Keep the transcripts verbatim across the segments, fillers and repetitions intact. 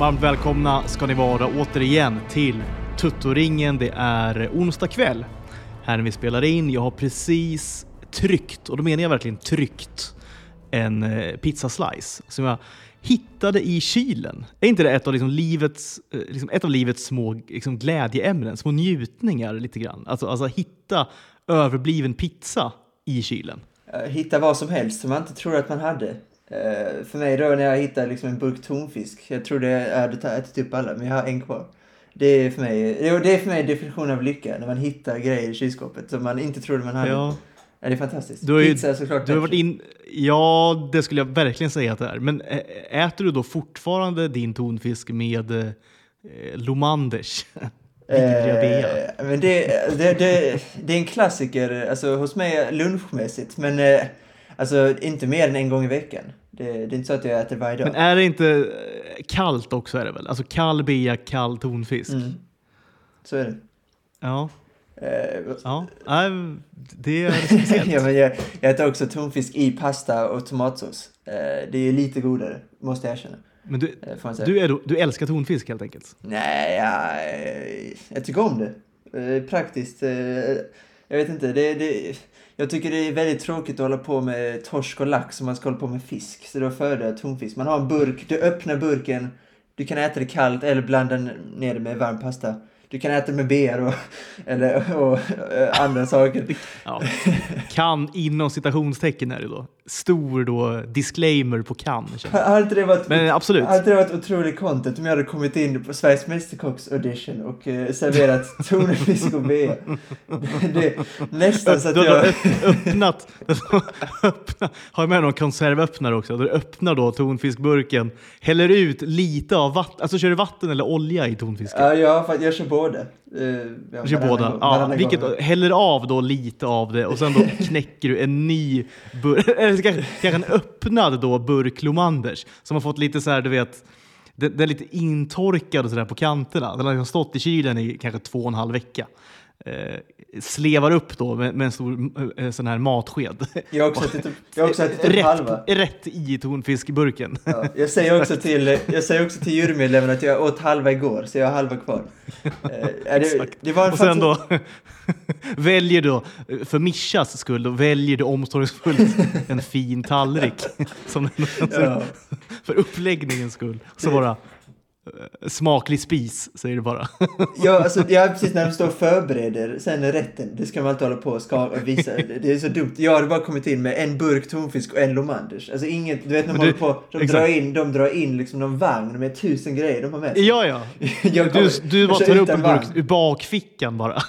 Varmt välkomna ska ni vara återigen till Tuttoringen. Det är onsdag kväll här när vi spelar in. Jag har precis tryckt, och då menar jag verkligen tryckt, en pizzaslice som jag hittade i kylen. Är inte det ett av, liksom, livets, liksom, ett av livets små liksom, glädjeämnen, små njutningar lite grann? Alltså, alltså hitta överbliven pizza i kylen. Hitta vad som helst som man inte tror att man hade. Uh, för mig då när jag hittar liksom en burk tonfisk, jag tror det är det ätit upp alla, men jag har en kvar. Det är för mig, det är för mig definition av lycka när man hittar grejer i kylskåpet som man inte trodde man hade. Ja. Ja, det är fantastiskt. Du har ju, Pizza är såklart du har varit in, ja, det skulle jag verkligen säga att det är. Men äter du då fortfarande din tonfisk med eh, Lomanders? Eh, men det, det, det, det är en klassiker alltså, hos mig lunchmässigt, men eh, alltså, inte mer än en gång i veckan. Det, det är inte så att jag äter varje dag. Men är det inte kallt också, är det väl? Alltså kall bea, kall tonfisk. Mm. Så är det. Ja. Uh, ja, uh, det är speciellt. Ja, men jag, jag äter också tonfisk i pasta och tomatsås. Uh, det är lite godare, måste jag erkänna. Men du, uh, du, är, du älskar tonfisk helt enkelt? Nej, jag, jag tycker om det. Uh, praktiskt. Uh, jag vet inte, det, det, jag tycker det är väldigt tråkigt att hålla på med torsk och lax som man ska hålla på med fisk. Så då föredrar jag tonfisk. Man har en burk, du öppnar burken, du kan äta det kallt eller blanda ner det med varm pasta. Du kan äta med bär och, eller, och, och andra saker. Ja. Kan inom citationstecken är det då. Stor då disclaimer på kan. Har inte det varit, men absolut. Har inte det varit otroligt content om jag hade kommit in på Sveriges Mästerkocks audition och uh, serverat tonfisk och bär? Det, nästan så att du jag... har öppnat, öppna, har med någon konservöppnare också. Du öppnar då tonfiskburken, häller ut lite av vatten. Alltså kör du vatten eller olja i tonfisken? Ja, ja för jag kör båda. Uh, ja, kör båda. Gång, ja, vilket gång. Häller av då lite av det och sen då knäcker du en ny burk, eller kanske, kanske en öppnad då burk Lomanders som har fått lite så här, du vet, den, den är lite intorkad och så där på kanterna. Den har stått i kylen i kanske två och en halv vecka. Eh, slevar upp då med, med en stor eh, sån här matsked. Jag har också ätit upp, jag har också ätit upp rätt, halva. Rätt i tonfiskburken. Ja, jag säger också till jag säger också till jurymedlemmen att jag åt halva igår, så jag har halva kvar. Eh, det, det var en och sen då väljer du för Mishas skull, då väljer du omsorgsfullt en fin tallrik som ja. För uppläggningens skull. Så bara smaklig spis, säger du bara. Ja, alltså, ja, precis när de står och förbereder sen rätten, det ska man inte hålla på och ska och visa. Det är så dumt. Jag hade bara kommit in med en burk tonfisk och en Lomanders. Alltså inget, du vet när de håller på, de drar in, de drar in liksom någon vagn med tusen grejer de har med sig. Ja, ja. Jag kommer, du du bara tar upp en burk ur bakfickan bara.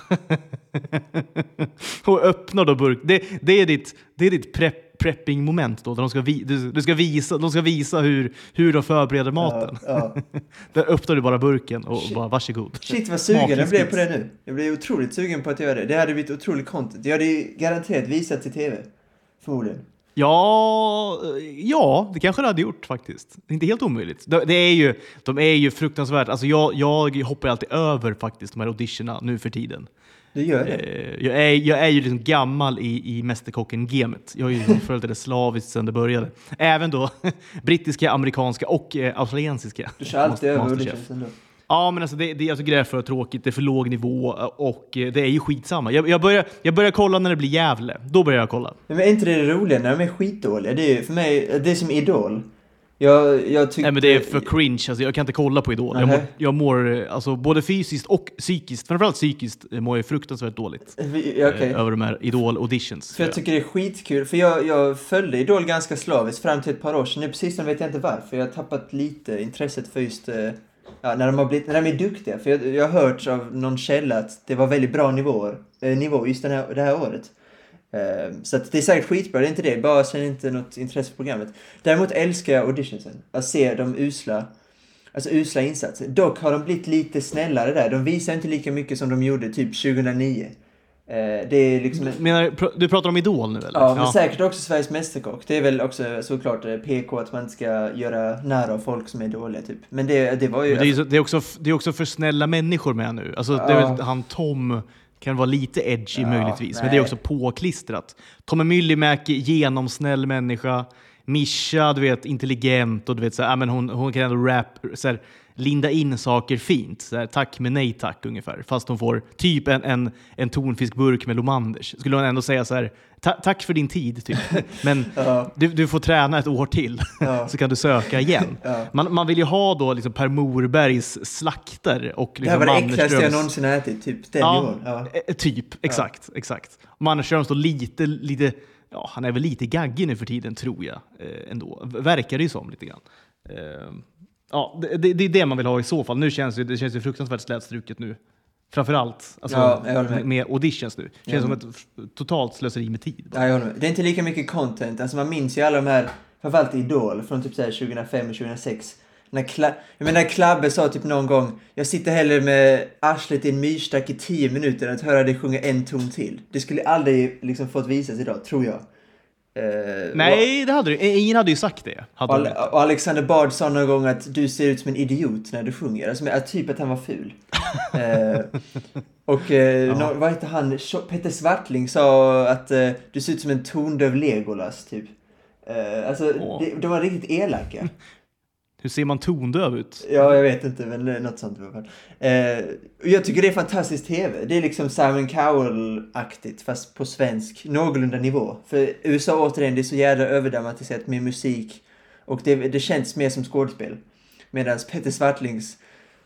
Och öppnar då burk. Det, det är ditt, det är ditt prep prepping moment då, där de ska vi, du, du ska visa de ska visa hur hur de förbereder maten. Ja, ja. Där öppnar du bara burken och Shit. bara varsågod. Shit vad sugen jag blev på det nu. Jag blev otroligt sugen på att göra det. Det hade blivit otroligt content. Jag hade garanterat visat i tv förmodligen. Ja, ja, det kanske det hade gjort faktiskt. Det är inte helt omöjligt. Det, det är ju de är ju fruktansvärt. Alltså jag jag hoppar alltid över faktiskt de här auditionerna nu för tiden. Du gör det. Jag är, jag är ju liksom gammal i, i Mästerkocken-gamet. Jag har ju följt det slaviskt sedan det började. Även då brittiska, amerikanska och eh, australiensiska. Du kör alltid över auditions ändå. Ja, men alltså det, det, jag tycker det är för tråkigt. Det är för låg nivå och det är ju skitsamma. Jag, jag, börjar, jag börjar kolla när det blir Gävle. Då börjar jag kolla. Men är inte det roliga när de är skitdåliga? Det är för mig, det är som Idol. Jag, jag tyckte... Nej, men det är för cringe. Alltså, jag kan inte kolla på Idol. Jag mår, jag mår alltså, både fysiskt och psykiskt. Framförallt psykiskt mår jag fruktansvärt dåligt. Vi, okay. eh, över de här Idol-auditions. För jag tycker det är skitkul. För jag, jag följde Idol ganska slaviskt fram till ett par år sedan. Nu precis vet jag inte varför. Jag har tappat lite intresset för just... Eh, ja, när de har blivit, när de är duktiga. För jag, jag har hört av någon källa att det var väldigt bra nivåer, eh, nivå just den här, det här året. Uh, så att det är säkert skitbra, det är inte det. Bara känner inte något intresse för programmet. Däremot älskar jag auditionsen. Att se de usla, alltså usla insatser. Dock har de blivit lite snällare där. De visar inte lika mycket som de gjorde typ tjugohundranio. Uh, det är liksom... Menar, du pratar om Idol nu eller? Ja, men ja. Säkert också Sveriges Mästerkock. Det är väl också såklart P K att man inte ska göra nära av folk som är dåliga typ. Men det, det var ju... Men det, är, det, är också, det är också för snälla människor med nu. Alltså ja. Det är väl han Tom... kan vara lite edgy ja, möjligtvis, nej. Men det är också påklistrat. Tommy Myllymäki, genomsnäll människa. Mischa, du vet, intelligent och du vet så här, ja, men hon, hon kan ändå rap, så här, linda in saker fint. Så här, tack men nej tack ungefär. Fast hon får typ en, en, en tonfiskburk med Lomanders. Skulle hon ändå säga så här, tack för din tid typ. Men Ja. du, du får träna ett år till. Ja. Så kan du söka igen. Ja. Man, man vill ju ha då liksom Per Morbergs slakter och Det här liksom var det äckligaste jag Mannerströms- någonsin ätit, typ den Ja, nivån. Ja. eh, typ. Exakt, exakt. Mannerström står lite, lite, ja, han är väl lite gaggig nu för tiden tror jag eh, ändå. V- Verkar det ju som lite grann. Eh, ja, det, det, det är det man vill ha i så fall. Nu känns det, det känns ju fruktansvärt slätstruket nu. Framförallt alltså, Ja, jag håller med. med. med auditions nu. Känns Ja. som ett f- totalt slöseri med tid. Ja, jag håller med. Det är inte lika mycket content. Alltså man minns ju alla de här, framförallt Idol från typ så här tjugohundrafem och tjugohundrasex. När Kla- jag menar Klabbe sa typ någon gång, jag sitter hellre med arslet i en myrstack i tio minuter än att höra dig sjunga en ton till. Det skulle aldrig liksom fått visas idag, tror jag. Eh, Nej, det hade du. Ingen hade ju sagt det. Hade och, de. och Alexander Bard sa någon gång att du ser ut som en idiot när du sjunger. Alltså att typ att han var ful. eh, och eh, Ja. nå- vad heter han? Tjo- Peter Svartling sa att eh, du ser ut som en tondöv Legolas typ. Eh, alltså Åh. det, de var riktigt elaka. Hur ser man tondöv ut? Ja, jag vet inte, men det är något sånt i alla fall. Eh, och jag tycker det är fantastiskt tv. Det är liksom Simon Cowell-aktigt, fast på svensk, någorlunda nivå. För U S A återigen, det är så jävla överdramatiserat med musik. Och det, det känns mer som skådespel. Medan Peter Svartlings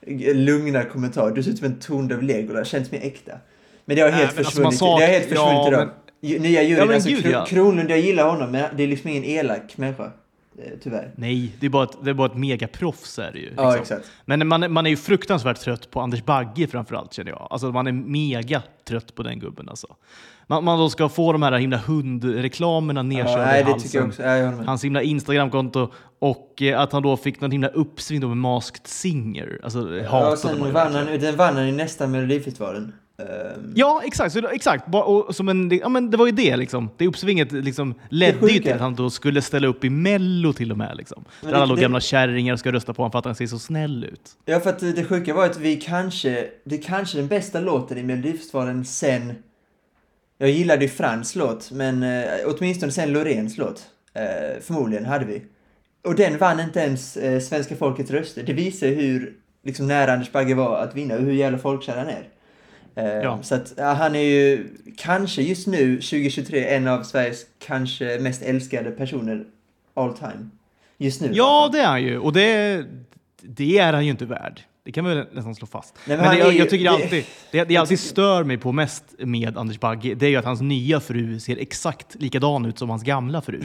lugna kommentar, du ser ut som en tondöv Legolas, känns mer äkta. Men det har helt Nej, men alltså, man försvunnit, sak- det har helt försvunnit ja, idag. Ju- Nya juryn, Ja, men alltså gud, Kro- ja. Kronlund, jag gillar honom, men det är liksom ingen elak människa. eh, Tyvärr. Nej, det är bara ett, det är bara ett megaproffs är det ju. Ja, liksom. exakt. Men man, är- man är ju fruktansvärt trött på Anders Bagge framförallt känner jag. Alltså man är mega trött på den gubben alltså. Man, man då ska få de här himla hundreklamerna nedkörda Ja, nej, i det halsen. tycker jag också. Ja, jag håller med. Hans himla Instagramkonto och eh, att han då fick någon himla uppsving då med Masked Singer. Alltså Ja, hatade och sen man ju vann verkligen. han, den vann han i nästa Melodifestivalen. Ehm, Ja, exakt. Så, det- exakt. Bara- Och, som en, ja, men det var ju det liksom. Det uppsvinget liksom, ledde sjuka. ju till att han då skulle ställa upp i Mello till och med. Liksom. Men Där det- alla det- gamla kärringar ska rösta på honom för att han ser så snäll ut. Ja, för att det sjuka var att vi kanske, det är kanske den bästa låten i Melodifestivalen sen, jag gillade ju Frans låt, men eh, åtminstone sen Loreens låt. Eh, förmodligen hade vi. Och den vann inte ens eh, svenska folkets röster. Det visar hur liksom, nära Anders Bagge var att vinna och hur jävla folkkär han är. Eh, Ja. Så att ja, han är ju kanske just nu, tjugohundratjugotre, en av Sveriges kanske mest älskade personer all time. Just nu. Ja, det är han ju. Och det, det är han ju inte värd. Det kan vi väl nästan slå fast. Nej, men men han det, är jag, ju- jag tycker det- alltid, det, det alltid stör mig på mest med Anders Bagge, det är ju att hans nya fru ser exakt likadan ut som hans gamla fru.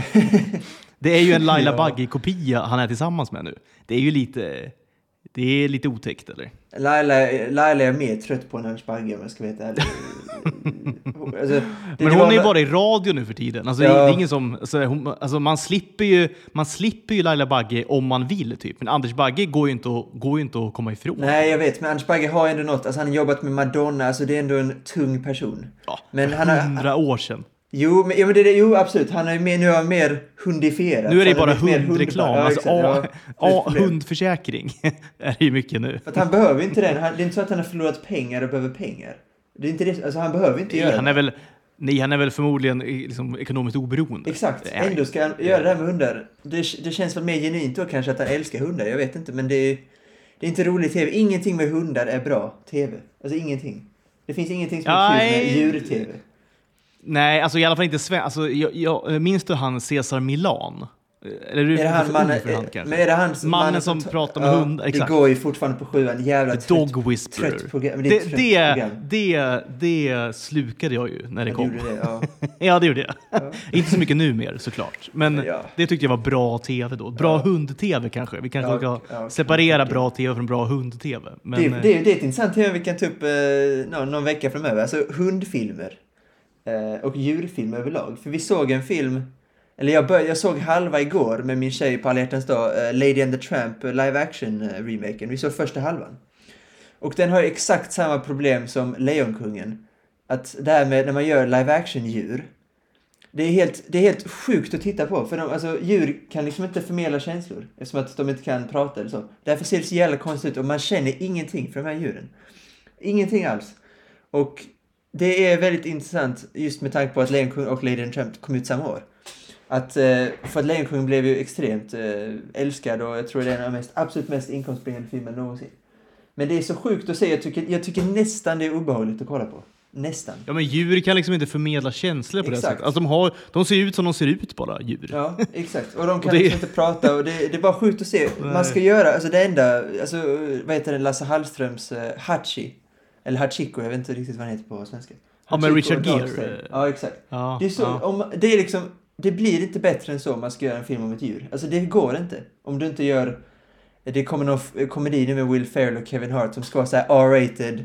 Det är ju en Laila Ja. Bagge-kopia han är tillsammans med nu. Det är ju lite, det är lite otäckt, eller? Laila, Laila är mer trött på än Anders Bagge om jag ska veta ärligt. Alltså, det- Men det hon var- är ju bara i radio nu för tiden. Alltså, Ja. det är ingen som, alltså, hon, alltså, man, slipper ju, man slipper ju Laila Bagge om man vill. Typ. Men Anders Bagge går ju inte att, går ju inte att komma ifrån. Nej, jag vet, men Anders Bagge har ändå något. Alltså, han har jobbat med Madonna, alltså det är ändå en tung person. Ja, Men han har- hundra år sedan. Jo, men, ja, men det, det, jo absolut. Han är ju mer, nu är han mer hundifierad. Nu är det Han bara blivit mer hundreklam. hundbar. Ja, Alltså, exakt. A, Ja, det är ett A, problem. hundförsäkring är det ju mycket nu. För att han behöver ju inte den. Han, det är inte så att han har förlorat pengar och behöver pengar. Det är inte det. Alltså, han behöver inte göra Han det. är väl, nej, han är väl förmodligen liksom, ekonomiskt oberoende. Exakt, Det är han. ändå ska han göra det här med hundar. Det, det känns väl mer genuint då kanske att han älskar hundar, jag vet inte. Men det är, det är inte rolig tv. Ingenting med hundar är bra tv. Alltså ingenting. Det finns ingenting som är kul med Nej. djur-tv. Nej, alltså i alla fall inte svensk. Alltså, jag, jag, minns du han Cesar Milan? Eller är du Är det han, för mannen, ung för han kanske? men är det han, Mannen som pratar med hundar, Det exakt. går ju fortfarande på sjuan. Jävla The Dog trött, Whisperer. trött program. Men det är ett Det, trött det, program. det, det slukade jag ju när det Ja, kom. du gjorde det, ja. Ja, det gjorde jag. Ja. Inte så mycket nu mer såklart. Men Ja. det tyckte jag var bra tv då. Bra Ja. hund-tv kanske. Vi kanske Ja, ska ja, separera kanske. bra tv från bra hund-tv. Men, det, eh, det, det är ett intressant tema vi kan ta upp eh, någon, någon vecka framöver. Alltså hundfilmer. Eh, och djurfilmer överlag. För vi såg en film, eller jag, började, jag såg halva igår med min tjej på alla hjärtans dag, eh, Lady and the Tramp eh, live action eh, remaken. Vi såg första halvan. Och den har ju exakt samma problem som Lejonkungen. Att det här med när man gör live action djur, det är helt, det är helt sjukt att titta på. För de, alltså, djur kan liksom inte förmedla känslor. Eftersom att de inte kan prata eller så. Därför ser det så jävla konstigt ut och man känner ingenting för de här djuren. Ingenting alls. Och det är väldigt intressant just med tanke på att Lejonkungen och Lady and the Tramp kom ut samma år. Att, eh, för att Lejonkungen blev ju extremt eh, älskad och jag tror det är en av de mest, absolut mest inkomstbringande filmen någonsin. Men det är så sjukt att se, jag tycker, jag tycker nästan det är obehagligt att kolla på. Nästan. Ja, men djur kan liksom inte förmedla känslor på Exakt. det sättet. Alltså de, har, de ser ut som de ser ut bara, djur. Ja, exakt. Och de kan och det... liksom inte prata och det, det är bara sjukt att se. Nej. Man ska göra, alltså det enda, alltså vad heter det, Lasse Hallströms uh, Hachi. Eller Hachiko, jag vet inte riktigt vad han heter på svenska. Ja, med Richard Gere. Ja, exakt. Ja, det är så, ja. om, det är liksom, det blir inte bättre än så om man ska göra en film om ett djur. Alltså det går inte. Om du inte gör, det kommer någon komedi nu med Will Ferrell och Kevin Hart som ska vara så här R-rated.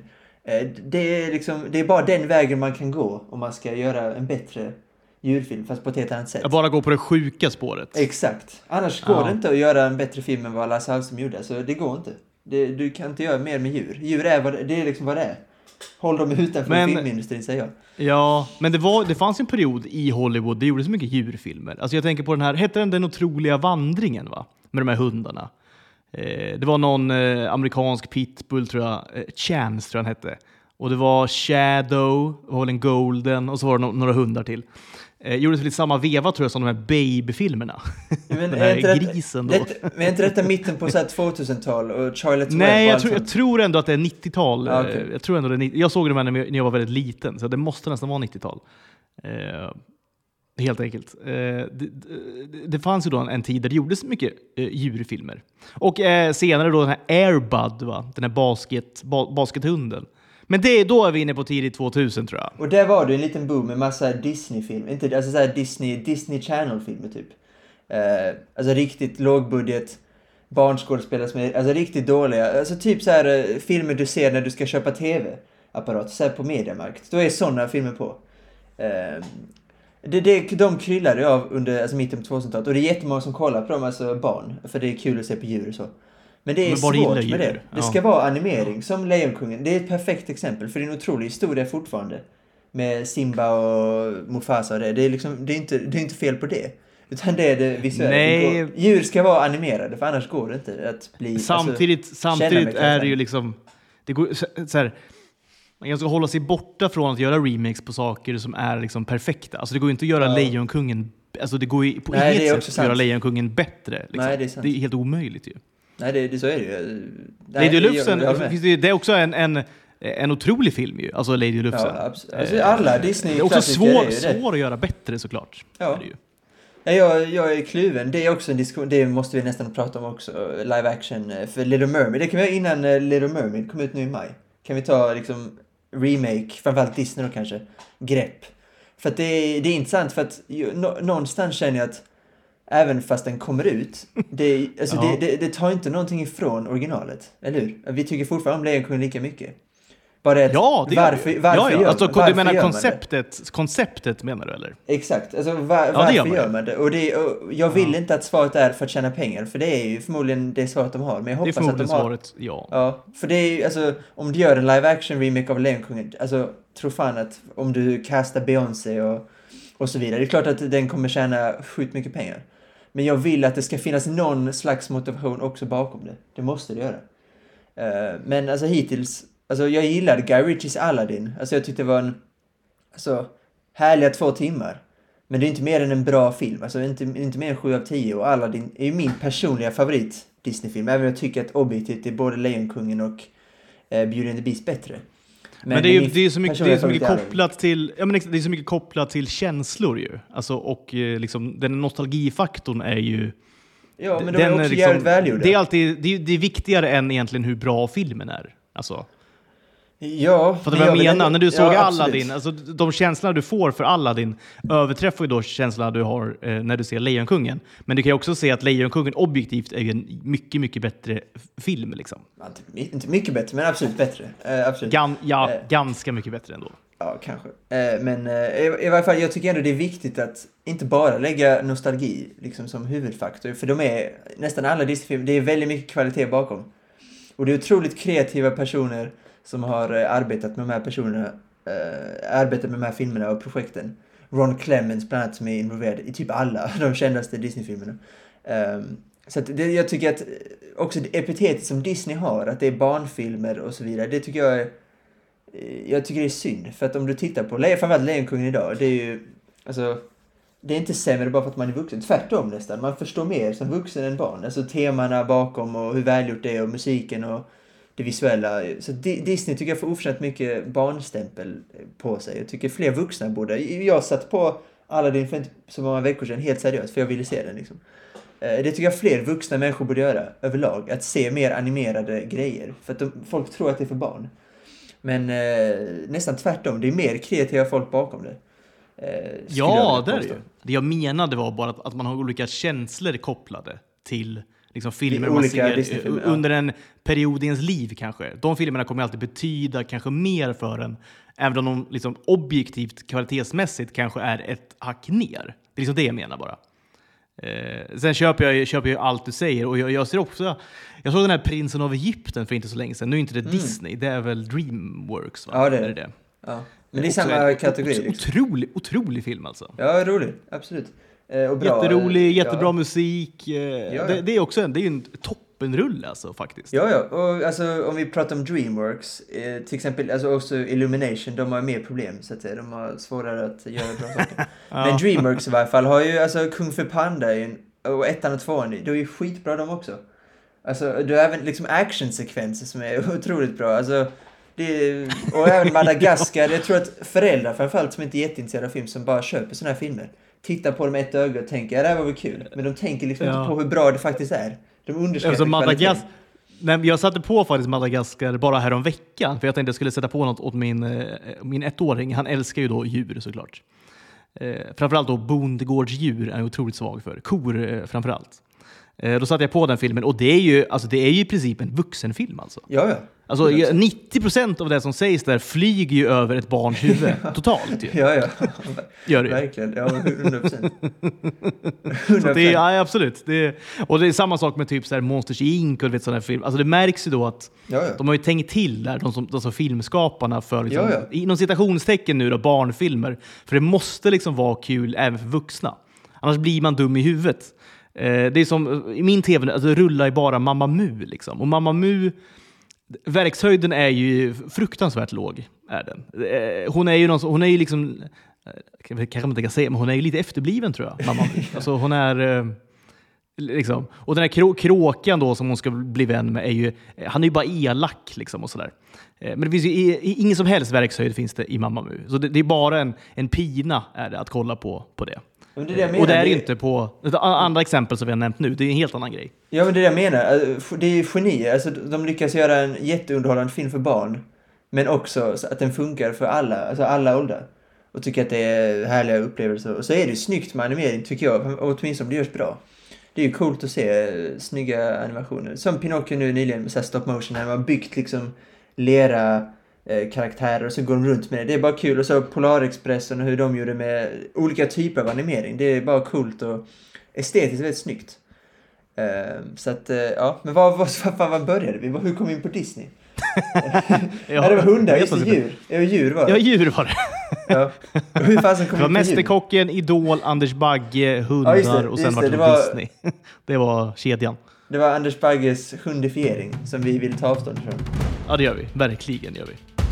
Det är liksom, det är bara den vägen man kan gå om man ska göra en bättre djurfilm, fast på ett helt annat sätt. Jag bara gå på det sjuka spåret. Exakt. Annars går ja. det inte att göra en bättre film än vad Lasse Hallström gjorde. Så det går inte. Det, du kan inte göra mer med djur. Djur är vad det, det är liksom vad det är. Håll dem utanför men, filmindustrin, säger jag. Ja, men det, var, det fanns en period i Hollywood det gjorde så mycket djurfilmer. Alltså jag tänker på den här, hette den Den otroliga vandringen, va? Med de här hundarna. Eh, det var någon eh, amerikansk pitbull, tror jag. Eh, Chance, tror jag han hette. Och det var Shadow, och en Golden, och så var det no- några hundar till. Eh, gjordes lite samma veva, tror jag, som de här baby-filmerna. Men den här är grisen det, då. det, men är inte detta mitten på så här tvåtusental och Charlotte Nej, jag, tro, jag tror ändå att det är nittiotal. Ah, okay. Jag tror ändå det är, jag såg dem när jag var väldigt liten, så det måste nästan vara nittiotal. Eh, helt enkelt. Eh, det, det, det fanns ju då en, en tid där det gjordes mycket eh, djurfilmer. Och eh, senare då den här Air Bud, va? Den här basket, ba, baskethunden. Men det, då är vi inne på tidigt tvåtusen, tror jag. Och där var det en liten boom med massa Disney-film. Inte, alltså så här Disney, Disney Channel-filmer typ. Eh, alltså riktigt lågbudget. Barnskådespelare som är alltså riktigt dåliga. Alltså typ så här eh, filmer du ser när du ska köpa tv-apparat. Så här på Mediamarkt. Då är sådana filmer på. Eh, det, det, de kryllar ju av under alltså mitten på tvåtusentalet. Och det är jättemånga som kollar på dem, alltså barn. För det är kul att se på djur och så. Men det är Men svårt med djur. det. Det ja. ska vara animering, som Lejonkungen. Det är ett perfekt exempel, för det är en otrolig historia fortfarande. Med Simba och Mufasa och det. Det är, liksom, det är, inte, det är inte fel på det. Utan det är det visuella. Nej. Det djur ska vara animerade, för annars går det inte att bli... Samtidigt, alltså, samtidigt är det ju liksom... Det går, så, så här, man ska hålla sig borta från att göra remakes på saker som är liksom perfekta. Alltså det går ju inte att göra ja. Lejonkungen... Alltså det går ju på Nej, inget sätt att göra Lejonkungen bättre. Liksom. Nej, det är sant. Det är helt omöjligt ju. Nej, det, det, så är det ju. Lady Lufsen, det, det är också en, en, en otrolig film ju. Alltså Lady Lufsen. Ja, alltså, alla Disney det är också svår, är svår att göra bättre, såklart. Ja. Är det ju. Ja, jag, jag är kluven. Det är också en diskussion. Det måste vi nästan prata om också. Live action för Little Mermaid. Det kan vi göra innan Little Mermaid kom ut nu i maj. Kan vi ta liksom remake, framförallt Disney då kanske, grepp. För att det är, det är intressant, för att nå, någonstans känner jag att även fast den kommer ut, det, alltså ja. det, det, det tar inte någonting ifrån originalet, eller hur? Vi tycker fortfarande om Lejonkungen lika mycket. Bara att ja, det varför, gör varför ja, ja. gör, alltså, varför du menar gör konceptet, konceptet menar du, eller? Exakt, alltså var, ja, varför gör man gör man det? Och, det, och jag vill ja. inte att svaret är för att tjäna pengar, för det är ju förmodligen det svaret de har. Men jag hoppas det är att de har... svaret, ja. Ja, för det är ju, alltså, om du gör en live action remake av Lejonkungen, alltså, tro fan att om du castar Beyoncé och, och så vidare, det är klart att den kommer tjäna sjukt mycket pengar. Men jag vill att det ska finnas någon slags motivation också bakom det. Det måste det göra. Uh, men alltså hittills, alltså jag gillade Guy Ritchies Aladdin. Alltså jag tyckte det var en alltså, härliga två timmar. Men det är inte mer än en bra film. Alltså inte, inte mer än sju av tio. Och Aladdin är ju min personliga favorit Disney-film. Även om jag tycker att objektivt är både Lejonkungen och uh, Beauty and the Beast bättre. Men, men det är ju det är så mycket, det är så mycket kopplat till ja, men det är så mycket kopplat till känslor ju. Alltså, och liksom den nostalgifaktorn är ju ja, men de är också är liksom, jävligt välgjorda. Det är alltid det är, det är viktigare än egentligen hur bra filmen är. Alltså. Ja, för vad jag menar ändå, när du såg ja, Aladdin, alltså de känslor du får för Aladdin överträffar ju då känslorna du har eh, när du ser Lejonkungen. Men du kan ju också se att Lejonkungen objektivt är ju en mycket mycket bättre film liksom. Inte, inte mycket bättre, men absolut bättre. Uh, absolut. Gan, ja, uh, ganska mycket bättre ändå. Ja, kanske. Uh, men uh, i, i varje fall, jag tycker ändå det är viktigt att inte bara lägga nostalgi liksom som huvudfaktor. För de är, nästan alla Disney-filmer, det är väldigt mycket kvalitet bakom. Och det är otroligt kreativa personer som har uh, arbetat med de här personerna, uh, arbetat med de här filmerna och projekten. Ron Clements bland annat, som är involverad i typ alla de kändaste Disney-filmerna. Um, så att det, jag tycker att också det epitetet som Disney har, att det är barnfilmer och så vidare, det tycker jag är, jag tycker det är synd. För att om du tittar på framförallt Lejonkungen idag, det är ju alltså, det är inte sämre bara för att man är vuxen. Tvärtom nästan. Man förstår mer som vuxen än barn. Alltså temana bakom och hur välgjort det är och musiken och det visuella. Så Disney tycker jag får oförtjänt mycket barnstämpel på sig. Jag tycker fler vuxna borde. Jag satt på Aladdin för inte så många veckor sedan helt seriöst för jag ville se den liksom. Det tycker jag fler vuxna människor borde göra överlag. Att se mer animerade grejer. För att de, folk tror att det är för barn. Men eh, nästan tvärtom. Det är mer kreativa folk bakom det. Eh, ja, det är det ju. Det jag menade var bara att, att man har olika känslor kopplade till liksom, filmer man ser under en period i ens liv kanske. De filmerna kommer alltid betyda kanske mer för en. Även om de liksom, objektivt, kvalitetsmässigt kanske är ett hack ner. Det är liksom det jag menar bara. Eh, sen köper jag, köper jag allt du säger och jag, jag ser också jag såg den här Prinsen av Egypten för inte så länge sedan. Nu är inte det mm. Disney, det är väl Dreamworks va? Ja, det är det, det. Ja. Men det är samma kategori liksom. Otrolig, otrolig film alltså. Ja, rolig, absolut. eh, och bra, Jätterolig, jättebra ja. musik eh, ja, ja. Det, det är också en, det är en toppenrulle alltså faktiskt. Ja, ja, och alltså om vi pratar om Dreamworks eh, till exempel, alltså också Illumination, de har mer problem så att säga, de har svårare att göra bra saker. Ja. Men Dreamworks i varje fall har ju, alltså Kung Fu Panda och ettan och tvåan, det är ju skitbra de också. Alltså, du har även liksom actionsekvenser som är otroligt bra. Alltså, det, och även Madagaskar, jag tror att föräldrar framförallt som inte är jätteintresserade av film som bara köper såna här filmer, tittar på dem ett öga och tänker, ja det här var väl kul. Men de tänker liksom ja. inte på hur bra det faktiskt är. De underskattar alltså, Madagas- Nej, jag satte på faktiskt Madagaskar bara här om veckan för jag tänkte jag skulle sätta på något åt min, min ettåring. Han älskar ju då djur såklart. Eh, framförallt då bondgårdsdjur är han otroligt svag för. Kor eh, framförallt. Eh, då satte jag på den filmen och det är ju, alltså, det är ju i princip en vuxenfilm alltså. Ja, ja. Alltså nittio procent av det som sägs där flyger ju över ett barns huvud totalt ju. Ja, ja. Gör det. Verkligen, ja, hundra procent. Så det är, ja, absolut. Det är, och det är samma sak med typ så här Monsters Inc och vet sådana här film. Alltså det märks ju då att ja, ja. de har ju tänkt till där, de som, de som filmskaparna för liksom, ja, ja. inom citationstecken nu då, barnfilmer. För det måste liksom vara kul även för vuxna. Annars blir man dum i huvudet. Eh, det är som, i min tv, alltså, det rullar ju bara Mamma Mu liksom. Och Mamma Mu, verkshöjden är ju fruktansvärt låg är den. Hon är ju någon, hon är ju liksom kanske man inte kan säga men hon är ju lite efterbliven tror jag mamma. Alltså hon är liksom och den här krå, kråkan då som hon ska bli vän med är ju han är ju bara elak liksom och så där. Men det finns ju ingen som helst verkshöjd finns det i Mamma Mu. Så det, det är bara en en pina är det att kolla på på det. Men det är det jag menar, och det är det... inte på andra exempel som vi har nämnt nu. Det är en helt annan grej. Ja, men det är det jag menar. Det är genier. Alltså, de lyckas göra en jätteunderhållande film för barn. Men också så att den funkar för alla. Alltså alla åldrar. Och tycker att det är härliga upplevelser. Och så är det ju snyggt med animering tycker jag. Och åtminstone om det görs bra. Det är ju coolt att se snygga animationer. Som Pinocchio nu nyligen med så här stop motion. När man har byggt liksom lera eh, karaktärer och så går de runt med det. Det är bara kul. Och så Polarexpressen och hur de gjorde med olika typer av animering. Det är bara coolt och estetiskt väldigt snyggt. Uh, så att, uh, ja. Men vad, vad, vad, vad började vi? Hur kom vi in på Disney? ja, det var hundar, just det, djur. Ja, djur var det. Ja, djur var det. ja. Hur fasen kom det var Mästerkocken, Idol, Anders Bagge, hundar ja, det, och sen var det, det var, Disney. Det var kedjan. Det var Anders Bagges hundifiering som vi vill ta avstånd från. Ja, det gör vi. Verkligen gör vi.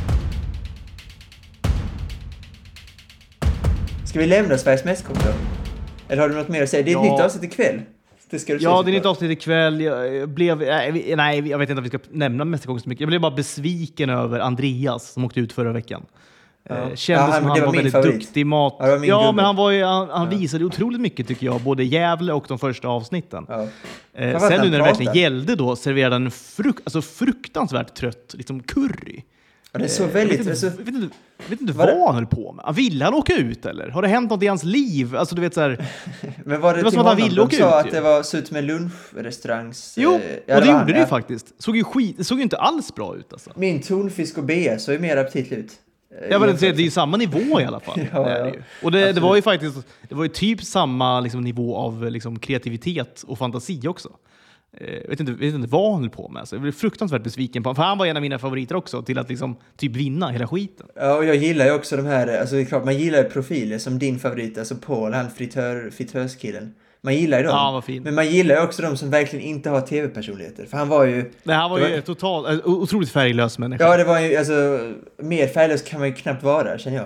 Ska vi lämna Sveriges Mästerkock då? Eller har du något mer att säga? Det är ett ja. nytt avsnitt ikväll. Det ska du ja, det är ett avsnitt ikväll. Jag blev, nej, jag vet inte om vi ska nämna Mästerkocken så mycket. Jag blev bara besviken över Andreas som åkte ut förra veckan. Ja. Kändes ja, han, som han var, var väldigt favorit. duktig mat. Ja, ja men han, var ju, han, han ja. visade otroligt mycket tycker jag. Både Gävle och de första avsnitten. Ja. Eh, sen nu när det verkligen gällde då serverade han fruk- alltså fruktansvärt trött liksom curry. Ja, det är så väldigt... Jag vet inte, alltså, jag vet inte, jag vet inte vad det? han höll på med. Ville han åka ut eller? Har det hänt något i hans liv? Alltså du vet så här, men var det, det var som att han ville åka ut? De sa att det var så ut med lunchrestaurangs... Jo, ja, och det, det gjorde det ju faktiskt. Såg ju skit, det såg ju inte alls bra ut alltså. Min tonfisk och bea såg ju mer aptitlig ut. Jag vill säga, det är ju samma nivå i alla fall. ja, det är det ju. Och det, det var ju faktiskt det var ju typ samma liksom, nivå av liksom, kreativitet och fantasi också. Jag vet inte, vet inte vad han höll på med. Så jag blev fruktansvärt besviken på. För han var en av mina favoriter också. Till att liksom typ vinna hela skiten. Ja, och jag gillar ju också de här. Alltså det är klart, man gillar ju profiler som din favorit. Alltså Paul, han fritör, fritörskillen. Man gillar ju dem. Ja, vad fint. Men man gillar ju också de som verkligen inte har tv-personligheter. För han var ju... Nej, han var ju var... totalt, otroligt färglös människa. Ja, det var ju, alltså, mer färglös kan man ju knappt vara, känner jag.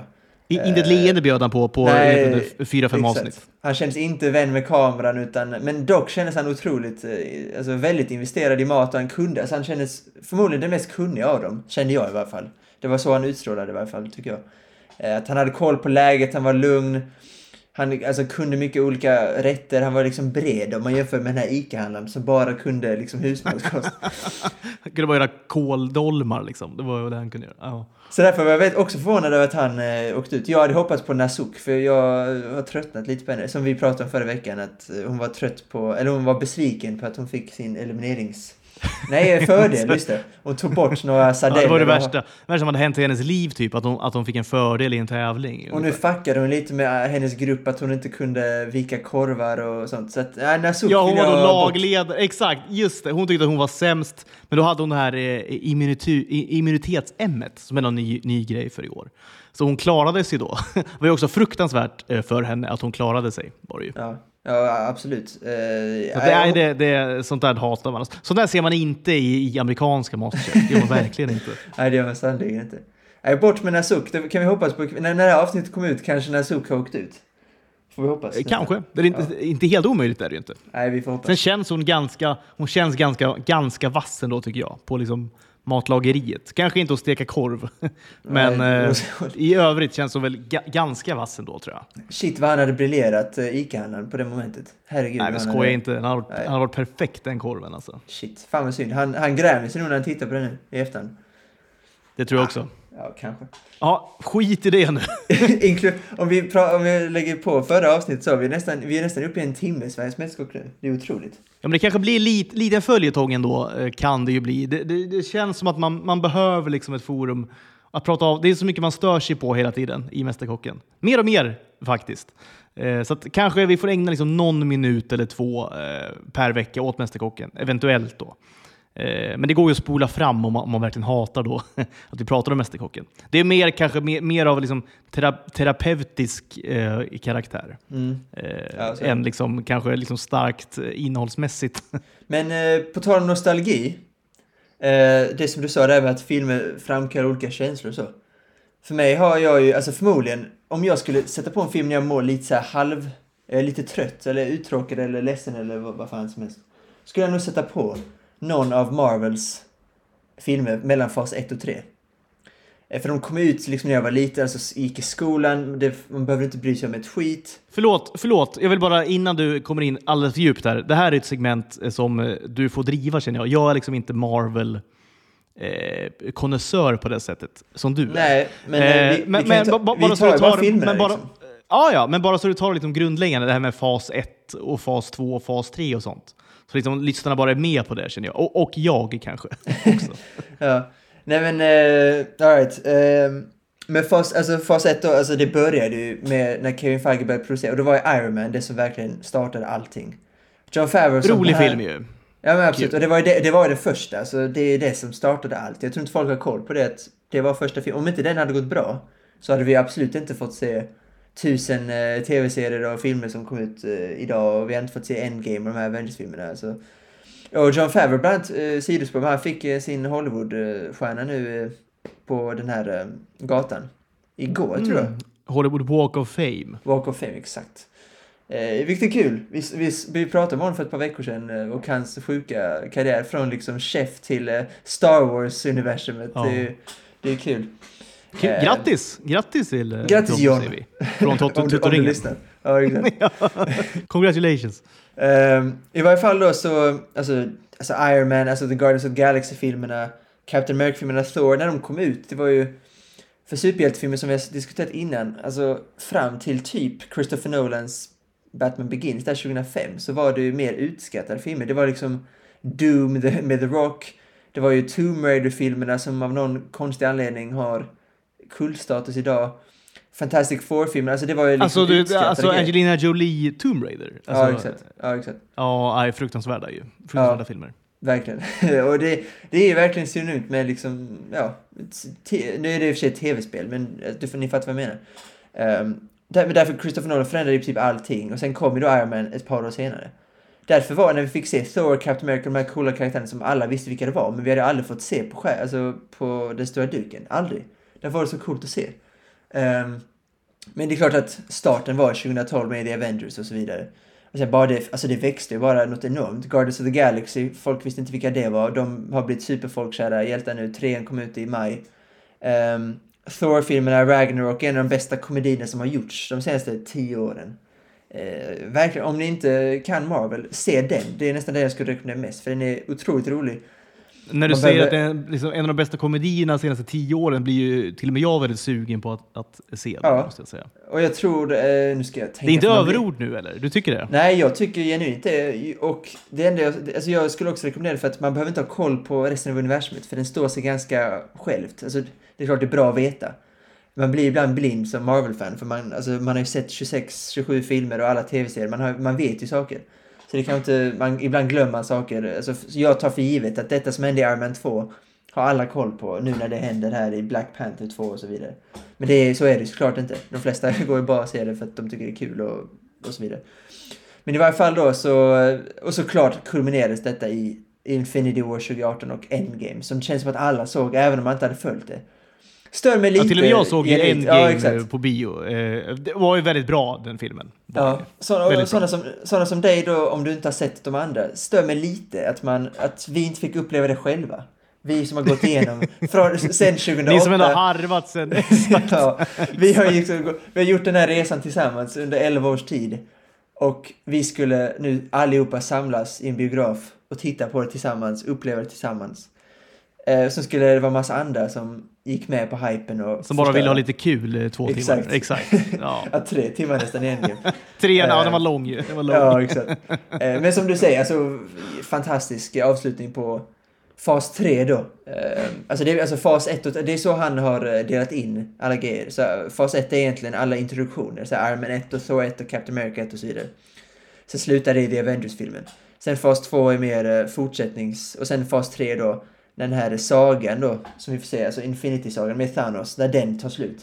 I, inte ett leende bjöd han på på nej, fyra, fem avsnitt. Han känns inte vän med kameran, utan, men dock kändes han otroligt, alltså väldigt investerad i mat och han kunde. Alltså han kändes förmodligen den mest kunniga av dem, kände jag i varje fall. Det var så han utstrålade i varje fall, tycker jag. Att han hade koll på läget, han var lugn. Han alltså, kunde mycket olika rätter. Han var liksom bred om man jämför med den här Ica-handlaren som bara kunde liksom husmanskost. Han kunde bara göra kåldolmar liksom. Det var det han kunde göra. Ja. Så därför var jag också förvånad över att han eh, åkte ut. Jag hade hoppats på Nasuk, för jag har tröttnat lite på henne. Som vi pratade om förra veckan, att hon var trött på, eller hon var besviken på att hon fick sin eliminerings... Nej, fördel, just det. Hon tog bort några sardeller. Ja, det var det värsta. Det värsta som hade hänt i hennes liv, typ. Att hon, att hon fick en fördel i en tävling. Och nu fuckade hon lite med hennes grupp, att hon inte kunde vika korvar och sånt. Så att, äh, Nasuk ja, hon var då lagledare. Exakt, just det. Hon tyckte att hon var sämst. Men då hade hon det här eh, immunitetsämmet som är en ny, ny grej för i år. Så hon klarade sig då. Det var ju också fruktansvärt eh, för henne att hon klarade sig. Var det ju. Ja. Ja, absolut. Uh, så det, är, det, det, sånt där hatar man. Sånt där ser man inte i, i amerikanska Masterchef. Det gör man verkligen inte. Nej, det gör man sannolikt inte. Nej, bort med Nasuk. Det kan vi hoppas på. När, när det här avsnittet kommer ut kanske Nasuk har åkt ut. Får vi hoppas. Kanske. Det är inte, ja. inte helt omöjligt är det ju inte. Nej, vi får hoppas. Sen känns hon ganska, hon känns ganska, ganska vass ändå, tycker jag. På liksom matlageriet. Kanske inte att steka korv. Men nej, eh, i övrigt känns hon väl ga- ganska vass ändå, tror jag. Shit, vad han hade briljerat uh, Ica-handlaren på det momentet. Herregud. Nej, men skojar hade... inte. Han har, varit, han har varit perfekt, den korven alltså. Shit, fan vad synd. Han, han grämer sig nu när han tittar på den nu i efterhand. Det tror jag också. Ja, kanske. Ja, skit i det nu. om, vi pra- om vi lägger på förra avsnittet så är vi nästan, vi är nästan uppe i en timme i Sveriges mästerskap nu. Det är otroligt. Ja, men det kanske blir lite, lite följetong ändå, kan det ju bli. Det, det, det känns som att man, man behöver liksom ett forum att prata av. Det är så mycket man stör sig på hela tiden i Mästerkocken. Mer och mer faktiskt. Eh, så att kanske vi får ägna liksom någon minut eller två eh, per vecka åt Mästerkocken. Eventuellt då. Men det går ju att spola fram om man, om man verkligen hatar då att vi pratar om Mästerkocken. Det är mer kanske mer, mer av liksom tera, terapeutisk eh, karaktär mm. eh, ja, än liksom, kanske liksom starkt innehållsmässigt. Men eh, på tal om nostalgi, eh, det som du sa där med att filmer framkallar olika känslor och så. För mig har jag ju, alltså förmodligen, om jag skulle sätta på en film när jag mår lite så här halv, eh, lite trött eller uttråkad eller ledsen eller vad, vad fan som helst, skulle jag nog sätta på någon av Marvels filmer mellan fas ett och tre. För de kom ut liksom när jag var liten, alltså gick i skolan, det, man behöver inte bry sig om ett skit. Förlåt, förlåt, jag vill bara innan du kommer in alldeles för djupt här. Det här är ett segment som du får driva, känner jag. Jag är liksom inte Marvel eh, konnässör på det sättet som du är. Nej, men eh, vi, men, vi, men, ta, ba, vi bara tar så bara filmerna men bara, liksom. Ja, ja, men bara så du tar liksom grundläggande, det här med fas ett och fas två och fas tre och sånt. Så liksom lyssnarna bara är med på det, känner jag. Och, och jag kanske också. Ja. Nej men, uh, all right. Uh, men fas, alltså, fas ett då, alltså det började ju med när Kevin Feige började producera. Och det var ju Iron Man, det som verkligen startade allting. Jon Favreau som rolig här, film ju. Ja men absolut, och det var ju det, det, var det första. Så det är det som startade allt. Jag tror inte folk har koll på det. Att det var första film. Om inte den hade gått bra så hade vi absolut inte fått se tusen eh, tv-serier och filmer som kom ut eh, idag. Och vi har inte fått se Endgame och de här Avengers-filmerna. Så. Och Jon Favreau bland annat, eh, sidospår, han fick eh, sin Hollywood-stjärna nu eh, på den här eh, gatan. Igår, mm. tror jag. Hollywood Walk of Fame. Walk of Fame, exakt. Eh, vilket är kul. Vi, vi, vi pratade om honom för ett par veckor sedan eh, och hans sjuka karriär från liksom chef till eh, Star Wars-universumet. Ja. Det, det är kul. Eh, grattis! Grattis till eh, Grattis Tom, John! Från Tuttoringen. Ja, exakt. Congratulations! Um, I varje fall då så, alltså, alltså Iron Man, alltså The Guardians of the Galaxy-filmerna, Captain America-filmerna, Thor, när de kom ut, det var ju för superhjältefilmer som vi har diskuterat innan, alltså fram till typ Christopher Nolans Batman Begins där tjugohundrafem, så var det ju mer utskattade filmer. Det var liksom Doom med The Rock, det var ju Tomb Raider-filmerna som av någon konstig anledning har kultstatus idag. Fantastic Four-filmer, alltså det var ju liksom alltså, du, alltså Angelina Jolie Tomb Raider. Alltså, ja, exakt. Ja, exakt. Ja, är fruktansvärda ju. Fruktansvärda ja, filmer. Verkligen. Och det, det är ju verkligen synonymt med liksom, ja, t- nu är det i och för sig ett tv-spel, men du, ni fattar vad jag menar. Um, där, men därför Christopher Nolan förändrade ju typ allting, och sen kom ju då Iron Man ett par år senare. Därför var när vi fick se Thor, Captain America, de här coola karaktärerna som alla visste vilka det var, men vi hade aldrig fått se på skär, alltså på den stora duken. Aldrig. Därför var det så coolt att se. Um, Men det är klart att starten var tjugohundratolv med The Avengers och så vidare. Och sen bara det, alltså det växte ju bara något enormt. Guardians of the Galaxy, folk visste inte vilka det var. De har blivit superfolkkära hjältar nu. Trean kom ut i maj. Um, Thor-filmerna, Ragnarok, en av de bästa komedierna som har gjorts de senaste tio åren. Uh, verkligen, om ni inte kan Marvel, se den. Det är nästan det jag skulle rekommendera mest, för den är otroligt rolig. När du Man säger behöver... att det är liksom en av de bästa komedierna de senaste tio åren blir ju till och med jag väldigt sugen på att, att se den, ja. måste jag säga. Och jag tror, eh, nu ska jag tänka... Det är inte man överord blir... nu, eller? Du tycker det? Nej, jag tycker genuint det. Och det enda jag, alltså jag skulle också rekommendera det för att man behöver inte ha koll på resten av universumet, för den står sig ganska självt. Alltså, det är klart det är bra att veta. Man blir ibland blind som Marvel-fan, för man, alltså, man har ju sett tjugosex tjugosju filmer och alla tv-serier. Man, har, man vet ju saker. Så det kan inte, man, ibland glömmer man saker. Alltså, jag tar för givet att detta som hände i Iron Man två har alla koll på nu när det händer här i Black Panther två och så vidare. Men det är, så är det såklart inte. De flesta går ju bara och ser det för att de tycker det är kul och, och så vidare. Men i varje fall då så, och såklart kulminerades detta i Infinity War tjugo arton och Endgame, som känns som att alla såg, även om man inte hade följt det. Stör mig lite. Ja, till och med jag såg ju Endgame ja, på bio. Det var ju väldigt bra, den filmen. Ja, sådana, sådana, som, sådana som dig då, om du inte har sett de andra, stör mig lite att, man, att vi inte fick uppleva det själva. Vi som har gått igenom från, sen tjugohundraåtta. Ni som ändå har harvat sen. Ja, vi, har ju, vi har gjort den här resan tillsammans under elva års tid. Och vi skulle nu allihopa samlas i en biograf och titta på det tillsammans, uppleva det tillsammans. Eh, så skulle det vara massa andra som gick med på hypen och som bara ville ha lite kul två exakt. timmar. Exakt. Ja. Ja, tre timmar nästan egentligen. Trean, ja, den var lång ju. Den var lång. Ja, exakt. Eh, men som du säger, alltså fantastisk avslutning på fas tre då. Eh, alltså, det är, alltså fas ett, och, det är så han har delat in alla grejer. Så fas ett är egentligen alla introduktioner. Så Iron Man ett och Thor ett och Captain America ett och så vidare. Sen slutar det i The Avengers-filmen. Sen fas två är mer fortsättnings... Och sen fas tre då, den här sagan då, som vi får se, alltså Infinity-sagan med Thanos, när den tar slut.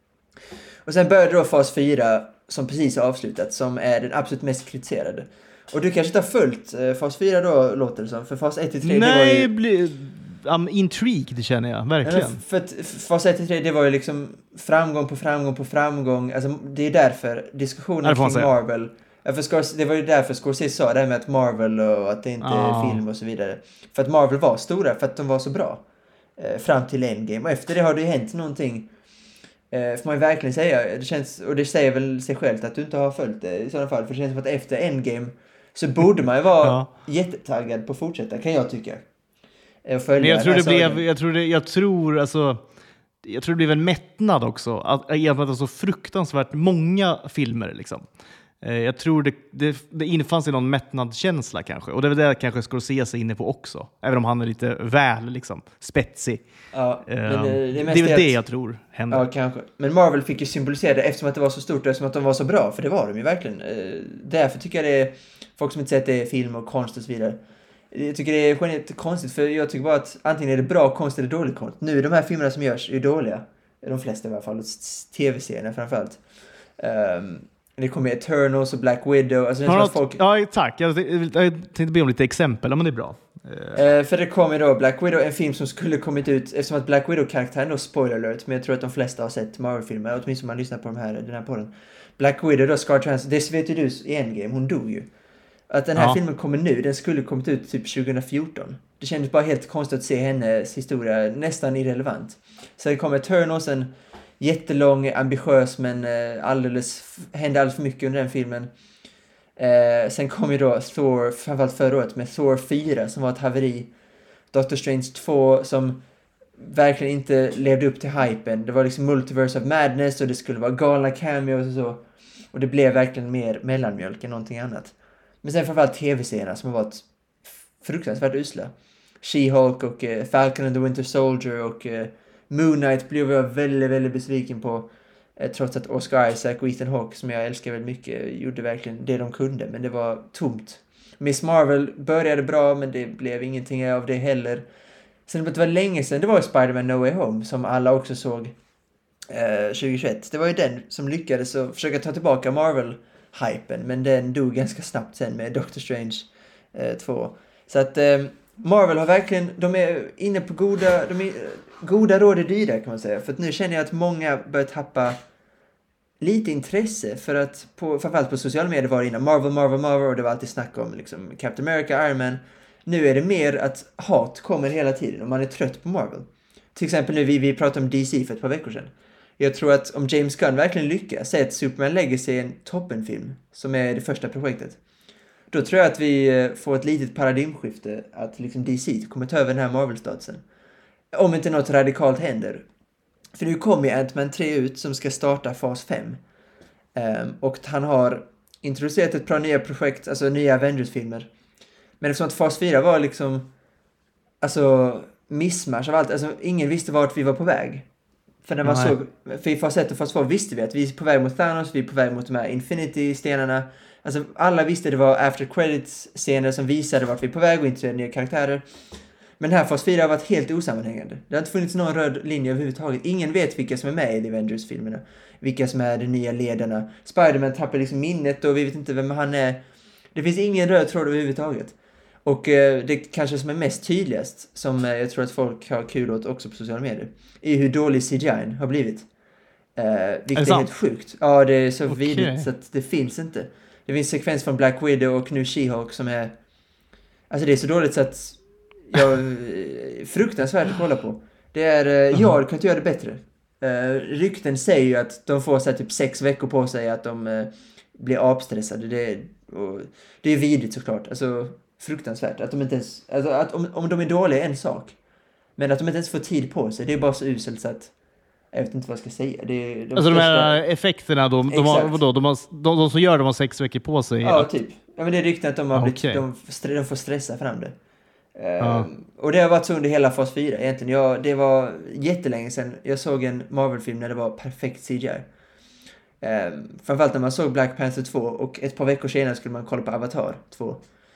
Och sen börjar då fas fyra, som precis har avslutat, som är den absolut mest kritiserade. Och du kanske inte har följt eh, fas fyra då, låter det som, för fas ett till tre... Nej, det var ju... I'm intrigued, känner jag, verkligen. Ja, för att fas ett till tre, det var ju liksom framgång på framgång på framgång. Alltså, det är därför diskussionen kring Marvel... För Scors- det var ju därför Scorsese sa det här med att Marvel och att det inte ah. är film och så vidare. För att Marvel var stora, för att de var så bra. Eh, fram till Endgame. Och efter det har det ju hänt någonting. Eh, får man ju verkligen säga. Det känns, och det säger väl sig självt att du inte har följt det i sådana fall. För det känns som att efter Endgame så borde man ju vara ja. jättetaggad på att fortsätta, kan jag tycka. Eh, Men jag tror det blev, jag tror det, jag tror alltså... Jag tror det blev en mättnad också. Att det var så fruktansvärt många filmer liksom. Jag tror det, det, det infanns i någon mättnadskänsla kanske. Och det är väl det kanske Scorsese inne på också. Även om han är lite väl liksom, spetsig. Ja, men det, det, det är väl det jag tror händer. Ja, kanske. Men Marvel fick ju symbolisera det eftersom att det var så stort och eftersom att de var så bra. För det var de ju verkligen. Därför tycker jag det är... Folk som inte säger att det är film och konst och så vidare. Jag tycker det är genialt konstigt. För jag tycker bara att antingen är det bra konst eller dålig konst. Nu de här filmerna som görs är dåliga. De flesta i alla fall. Tv-serierna framförallt. Um, Det kommer Eternals och Black Widow. Alltså, något, folk... Ja, tack. Jag, jag tänkte be om lite exempel, men det är bra. Uh, för det kommer då Black Widow, en film som skulle kommit ut, eftersom att Black Widow-karaktären då, spoiler alert, men jag tror att de flesta har sett Marvel-filmer, åtminstone om man lyssnar på de här, den här podden. Black Widow då, Scarlett Johansson, det vet ju du i Endgame, hon dog ju. Att den här ja. filmen kommer nu, den skulle kommit ut typ tjugo fjorton. Det kändes bara helt konstigt att se hennes historia, nästan irrelevant. Så det kommer Eternals, en jättelång, ambitiös, men eh, alldeles, hände alldeles för mycket under den filmen. Eh, sen kom ju då Thor, framförallt förra året, med Thor fyra som var ett haveri. Doctor Strange två som verkligen inte levde upp till hypen. Det var liksom Multiverse of Madness och det skulle vara galna cameos och så. Och det blev verkligen mer mellanmjölk än någonting annat. Men sen framförallt tv-serierna som har varit fruktansvärt usla. She-Hulk och eh, Falcon and the Winter Soldier och eh, Moon Knight blev jag väldigt, väldigt besviken på. Eh, trots att Oscar Isaac och Ethan Hawke, som jag älskar väldigt mycket, gjorde verkligen det de kunde. Men det var tomt. Miss Marvel började bra, men det blev ingenting av det heller. Sen det var länge sedan det var Spider-Man No Way Home, som alla också såg eh, tjugohundratjugoett. Det var ju den som lyckades att försöka ta tillbaka Marvel-hypen. Men den dog ganska snabbt sen med Doctor Strange eh, två. Så att... Eh, Marvel har verkligen, de är inne på goda, de är, goda råd är dyra kan man säga. För att nu känner jag att många börjar tappa lite intresse för att, på, framförallt på sociala medier var det innan Marvel, Marvel, Marvel och det var alltid snack om liksom, Captain America, Iron Man. Nu är det mer att hat kommer hela tiden och man är trött på Marvel. Till exempel nu, vi, vi pratade om D C för ett par veckor sedan. Jag tror att om James Gunn verkligen lyckas, säg att Superman Legacy är en toppenfilm, som är det första projektet. Då tror jag att vi får ett litet paradigmskifte, att liksom D C kommer ta över den här Marvel-statusen. Om inte något radikalt händer. För nu kommer ju Ant-Man tre ut som ska starta fas fem. Um, och han har introducerat ett par nya projekt, alltså nya Avengers-filmer. Men eftersom att fas fyra var liksom, alltså missmatch av allt, alltså ingen visste vart vi var på väg. För när man Nej. såg, för i fas ett och fas två visste vi att vi är på väg mot Thanos, vi är på väg mot de här Infinity-stenarna. Alltså alla visste det var after credits-scener som visade vart vi är på väg och introducerade nya karaktärer. Men här fas fyra har varit helt osammanhängande. Det har inte funnits någon röd linje överhuvudtaget. Ingen vet vilka som är med i Avengers-filmerna. Vilka som är de nya ledarna. Spider-Man tappar liksom minnet och vi vet inte vem han är. Det finns ingen röd tråd överhuvudtaget. Och eh, det kanske som är mest tydligast, som eh, jag tror att folk har kul åt också på sociala medier, är hur dålig C G I har blivit. Eh, vilket är, är helt sjukt. Ja, det är så okay. vidrigt så att det finns inte. Det finns sekvens från Black Widow och nu She-Hulk som är... Alltså det är så dåligt så att... Jag, fruktansvärt att kolla på. Det är... Uh-huh. Jag kan inte göra det bättre. Uh, rykten säger ju att de får så här, typ sex veckor på sig att de uh, blir avstressade. Det är, och, det är vidrigt såklart. Alltså fruktansvärt. Att de inte ens... Alltså, att om, om de är dåliga är en sak. Men att de inte ens får tid på sig. Det är bara så uselt så att... Jag vet inte vad jag ska säga. Det är de alltså största... de här effekterna, de, de, har, vadå, de, har, de, de som gör de har sex veckor på sig. Ja, att... typ. Ja, men det är rykten att de, har blivit, okay. de, de får stressa fram det. Ja. Um, och det har varit så under hela fas fyra egentligen. Jag, det var jättelänge sedan jag såg en Marvel-film när det var perfekt C G I. Um, framförallt när man såg Black Panther två och ett par veckor senare skulle man kolla på Avatar två.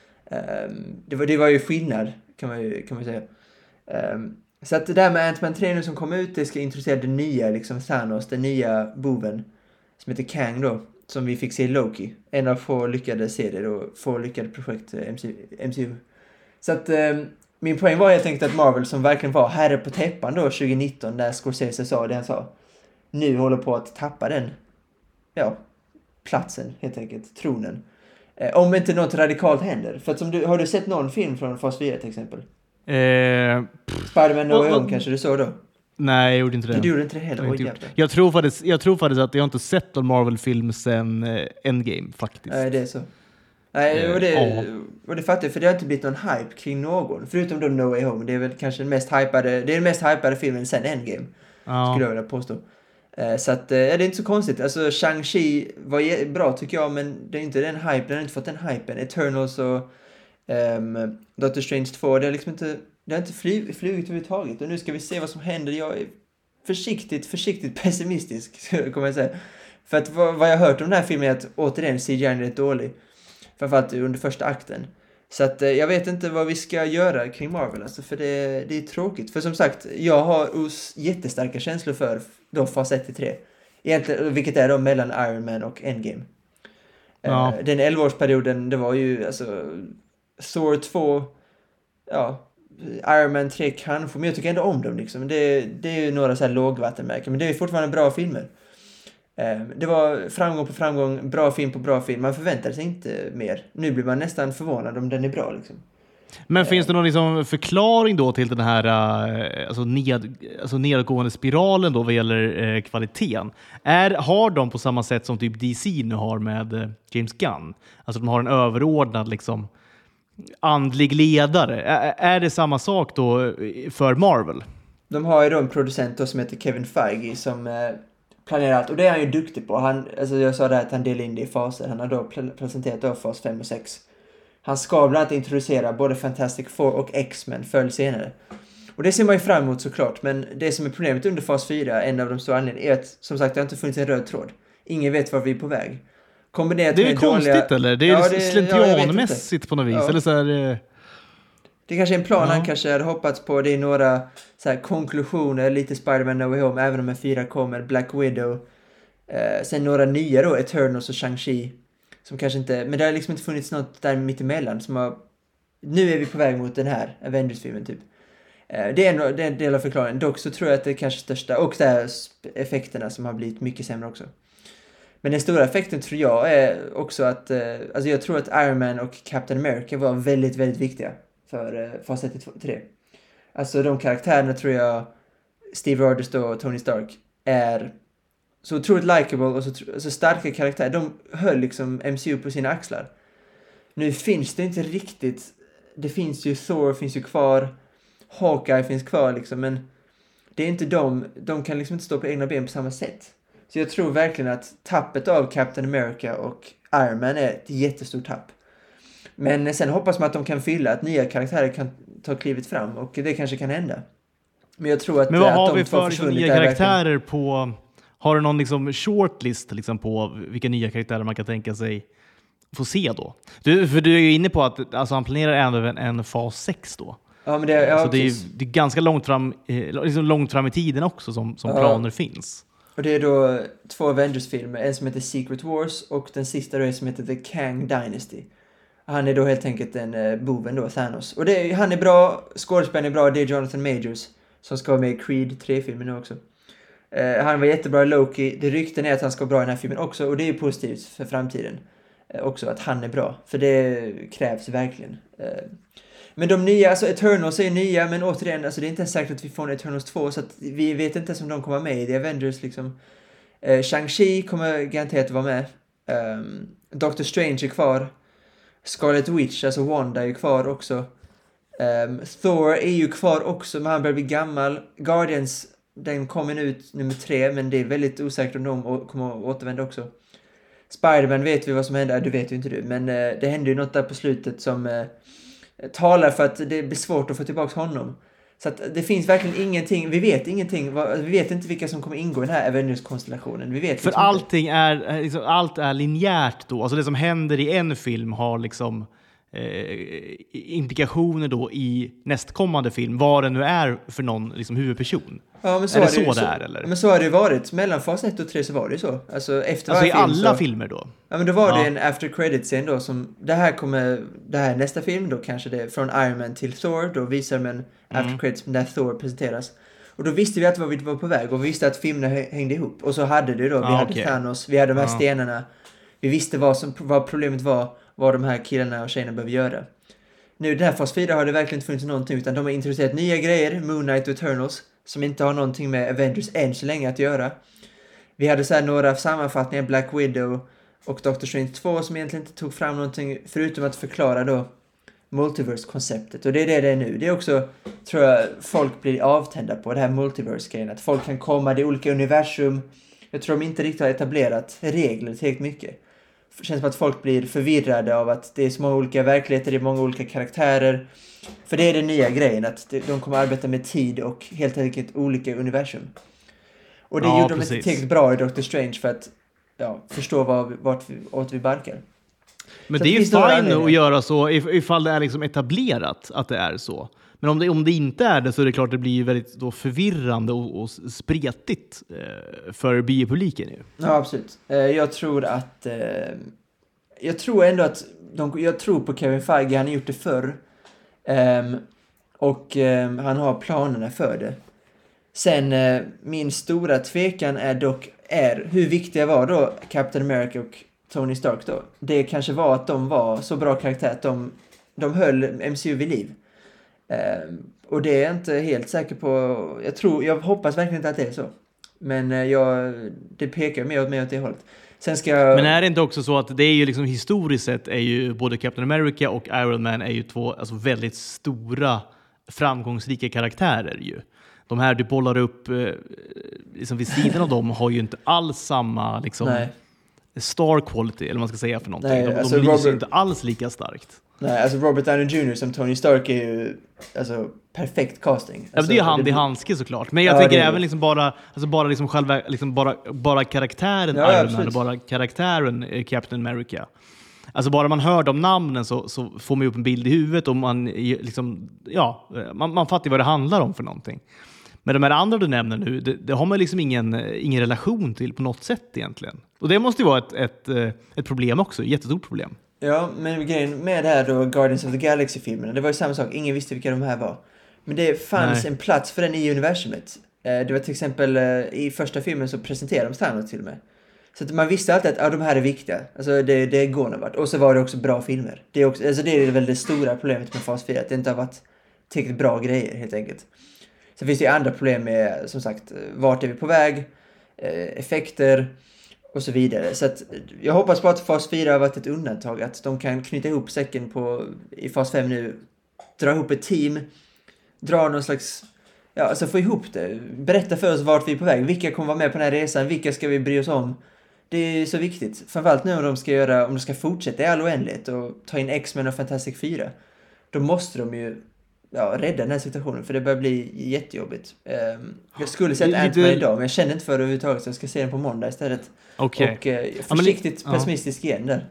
Um, det, var, det var ju skillnad kan man ju kan man säga. Um, så att det där med Ant-Man tre nu som kom ut, det ska introducera den nya liksom Thanos, den nya boven som heter Kang då, som vi fick se i Loki. En av få lyckade serier och få lyckade projekt M C U. Så att um, min poäng var helt enkelt att Marvel som verkligen var herre på täppan då tjugonitton när Scorsese sa det han sa, nu håller på att tappa den ja, platsen helt enkelt, tronen. Eh, om inte något radikalt händer. För att som du, har du sett någon film från fas fyra till exempel? Eh, Spider-Man No Way Home kanske du såg då? Nej, jag gjorde inte det. Du gjorde inte det heller. Jag, Oj, jag, tror faktiskt, jag tror faktiskt att jag inte sett någon Marvel-film sen eh, Endgame faktiskt. Nej, det är så. Nej, och det, eh, och det fattar jag, för det har inte blivit någon hype kring någon. Förutom då No Way Home. Det är väl kanske den mest hypade, det är den mest hypade filmen sen Endgame. Ja. Skulle jag vilja påstå. Eh, så att, eh, det är inte så konstigt. Alltså, Shang-Chi var bra tycker jag, men det är inte den hype. Den har inte fått den hypen. Eternals och um, Doctor Strange två, det har liksom inte... Det har inte fly, flugit överhuvudtaget. Och nu ska vi se vad som händer. Jag är försiktigt, försiktigt pessimistisk, kommer jag säga. För att vad, vad jag har hört om den här filmen är att återigen C G I är rätt dålig. Framförallt under första akten. Så att jag vet inte vad vi ska göra kring Marvel. Alltså, för det, det är tråkigt. För som sagt, jag har os jättestarka känslor för då fas ett till tre. Egentligen, vilket är då mellan Iron Man och Endgame. Ja. Den elva-årsperioden, det var ju alltså Thor två, ja... Iron Man tre kanske, men jag tycker ändå om dem liksom. Det, det är ju några så här lågvattenmärken, men det är fortfarande bra filmer. Eh, det var framgång på framgång, bra film på bra film. Man förväntar sig inte mer. Nu blir man nästan förvånad om den är bra liksom. Men finns det någon liksom förklaring då till den här alltså ned, alltså nedgående spiralen då vad gäller eh, kvaliteten? Är, har de på samma sätt som typ D C nu har med eh, James Gunn? Alltså de har en överordnad liksom andlig ledare. Är, är det samma sak då för Marvel? De har ju då en producent då som heter Kevin Feige som eh, planerar allt. Och det är han ju duktig på. Han, alltså jag sa det att han delar in det i faser. Han har då pl- presenterat då fas fem och sex. Han ska bland annat introducera både Fantastic Four och X-Men förr senare. Och det ser man ju fram emot såklart. Men det som är problemet under fas fyra, en av de stora anledningarna, är att som sagt det har inte funnits en röd tråd. Ingen vet var vi är på väg. Kombinerat det är med konstigt dåliga... eller? Det är ja, det, slentrianmässigt ja, på något vis. Ja. Eller så här, eh... Det kanske är en plan ja. Han kanske hade hoppats på. Det är några så här, konklusioner. Lite Spider-Man No Way Home. Även om en fyra kommer. Black Widow. Eh, sen några nya då. Eternals och Shang-Chi. Som kanske inte... Men det har liksom inte funnits något där mittemellan. Som har... Nu är vi på väg mot den här Avengers-filmen typ. Eh, det, är en, det är en del av förklaringen. Dock så tror jag att det är kanske största... Och det här effekterna som har blivit mycket sämre också. Men den stora effekten tror jag är också att, eh, alltså jag tror att Iron Man och Captain America var väldigt, väldigt viktiga för eh, fas ett till tre. Alltså de karaktärerna tror jag, Steve Rogers då och Tony Stark, är så otroligt likable och så, så starka karaktärer. De höll liksom M C U på sina axlar. Nu finns det inte riktigt, det finns ju Thor finns ju kvar, Hawkeye finns kvar liksom, men det är inte de, de kan liksom inte stå på egna ben på samma sätt. Så jag tror verkligen att tappet av Captain America och Iron Man är ett jättestort tapp. Men sen hoppas man att de kan fylla, att nya karaktärer kan ta klivet fram, och det kanske kan hända. Men jag tror att, Men vad att har de vi för liksom, nya karaktärer verkligen... på... Har du någon liksom shortlist liksom, på vilka nya karaktärer man kan tänka sig få se då? Du, för du är ju inne på att alltså, han planerar även en fas sex då. Ja, men det, ja, så det är, det är ganska långt fram, liksom långt fram i tiden också som, som ja. planer finns. Och det är då två Avengers-filmer. En som heter Secret Wars och den sista då är som heter The Kang Dynasty. Han är då helt enkelt en uh, boven då, Thanos. Och det, han är bra, skådespelaren är bra, det är Jonathan Majors som ska vara med i Creed tre-filmen nu också. Uh, han var jättebra i Loki. Det rykten är att han ska vara bra i den här filmen också, och det är ju positivt för framtiden. Uh, också att han är bra, för det krävs verkligen. Uh, men de nya, alltså Eternals är nya, men återigen, alltså det är inte ens säkert att vi får en Eternals två, så att vi vet inte ens om de kommer med i The Avengers liksom. Uh, Shang-Chi kommer garanterat vara med. Um, Doctor Strange är kvar. Scarlet Witch, alltså Wanda, är ju kvar också. Um, Thor är ju kvar också, men han börjar bli gammal. Guardians, den kommer ut nummer tre, men det är väldigt osäkert om de kommer att återvända också. Spider-Man vet vi vad som händer, du vet ju inte du, men uh, det händer ju något där på slutet som uh, talar för att det blir svårt att få tillbaka honom. Så att det finns verkligen ingenting, vi vet ingenting, vi vet inte vilka som kommer ingå i den här Avengers-konstellationen. Vi vet för liksom allting är, liksom, allt är linjärt då, alltså det som händer i en film har liksom eh, implikationer då i nästkommande film, vad det nu är för någon liksom, huvudperson. Ja, men så är det, det så ju, det är, eller? Men så har det ju varit. Mellan fas ett och tre så var det ju så. Alltså, efter alltså i film, alla så, filmer då? Ja, men då var ja. det en after credit-scen då som, det här kommer, det här är nästa film, då kanske det är från Iron Man till Thor, då visar man after mm. credits där Thor presenteras. Och då visste vi att vi var på väg, och vi visste att filmerna hängde ihop. Och så hade det då, vi ah, hade okay. Thanos, vi hade de här ah. stenarna. Vi visste vad, som, vad problemet var, vad de här killarna och tjejerna behöver göra. Nu i den här fas fyra har det verkligen inte funnits någonting, utan de har introducerat nya grejer, Moon Knight och Eternals, som inte har någonting med Avengers än så länge att göra. Vi hade så här några sammanfattningar, Black Widow och Doctor Strange två, som egentligen inte tog fram någonting förutom att förklara då multiverse-konceptet. Och det är det det är nu. Det är också, tror jag, folk blir avtända på det här multiverse-grejen. Att folk kan komma i olika universum. Jag tror de inte riktigt har etablerat regler tillräckligt mycket. Det känns som att folk blir förvirrade av att det är så många olika verkligheter, det är många olika karaktärer. För det är den nya grejen, att de kommer arbeta med tid och helt enkelt olika universum. Och det ja, gjorde precis. De inte tillräckligt bra i Doctor Strange för att ja, förstå vad, vart vi, åt vi barkar. Men så det är ju fine att göra så ifall det är liksom etablerat att det är så. Men om det, om det inte är det, så är det klart att det blir väldigt då förvirrande och, och spretigt eh, för biopubliken. Ju. Ja, absolut. Eh, jag tror att... Eh, jag tror ändå att... De, jag tror på Kevin Feige, han har gjort det förr. Eh, och eh, han har planerna för det. Sen, eh, min stora tvekan är dock... är hur viktiga var då Captain America och Tony Stark då? Det kanske var att de var så bra karaktär att de, de höll M C U vid liv. Uh, och det är jag inte helt säker på. Jag tror, jag hoppas verkligen inte att det är så. Men uh, jag, det pekar mer åt mig åt det hållet. Sen ska jag... Men är det inte också så att det är ju liksom historiskt sett är ju både Captain America och Iron Man är ju två alltså väldigt stora framgångsrika karaktärer ju. De här du bollar upp eh, liksom vid sidan av dem har ju inte alls samma liksom Nej. star quality eller vad man ska säga för någonting. Nej, de alltså de blir Robert... ju inte alls lika starkt. Nej, alltså Robert Downey junior som Tony Stark är ju alltså perfekt casting. Alltså, ja, det är ju hand i handske såklart. Men jag ja, tänker det... även liksom bara alltså bara liksom själva liksom bara bara karaktären ja, Iron Man och bara karaktären Captain America. Alltså bara man hör de namnen så, så får man upp en bild i huvudet och man liksom ja, man, man fattar vad det handlar om för någonting. Men de här andra du nämner nu, det, det har man liksom ingen, ingen relation till på något sätt egentligen. Och det måste ju vara ett, ett, ett problem också, ett jättestort problem. Ja, men grejen med det här då, Guardians of the Galaxy-filmerna, det var ju samma sak. Ingen visste vilka de här var. Men det fanns Nej. en plats för den i universumet. Det var till exempel i första filmen så presenterade de Thanos till och med. Så att man visste alltid att ja, de här är viktiga. Alltså det, det går nog vart. Och så var det också bra filmer. Det är, också, alltså det är väl det stora problemet med fas fyra. Att det inte har varit tillräckligt bra grejer helt enkelt. Så finns det ju andra problem med, som sagt, vart är vi på väg? Eh, effekter och så vidare. Så att jag hoppas på att fas fyra har varit ett undantag. Att de kan knyta ihop säcken på, i fas fem nu. Dra ihop ett team. Dra någon slags... Ja, alltså få ihop det. Berätta för oss vart vi är på väg. Vilka kommer vara med på den här resan? Vilka ska vi bry oss om? Det är så viktigt. Framförallt nu om de ska göra, om de ska fortsätta i all oändlighet och ta in X-Men och Fantastic fyra. Då måste de ju ja, rädda den här situationen. För det börjar bli jättejobbigt. Um, jag skulle sett Ant-Man idag, men jag känner inte för det överhuvudtaget. Så jag ska se den på måndag istället. Okay. Och uh, försiktigt ja, pessimistisk ja. igen där.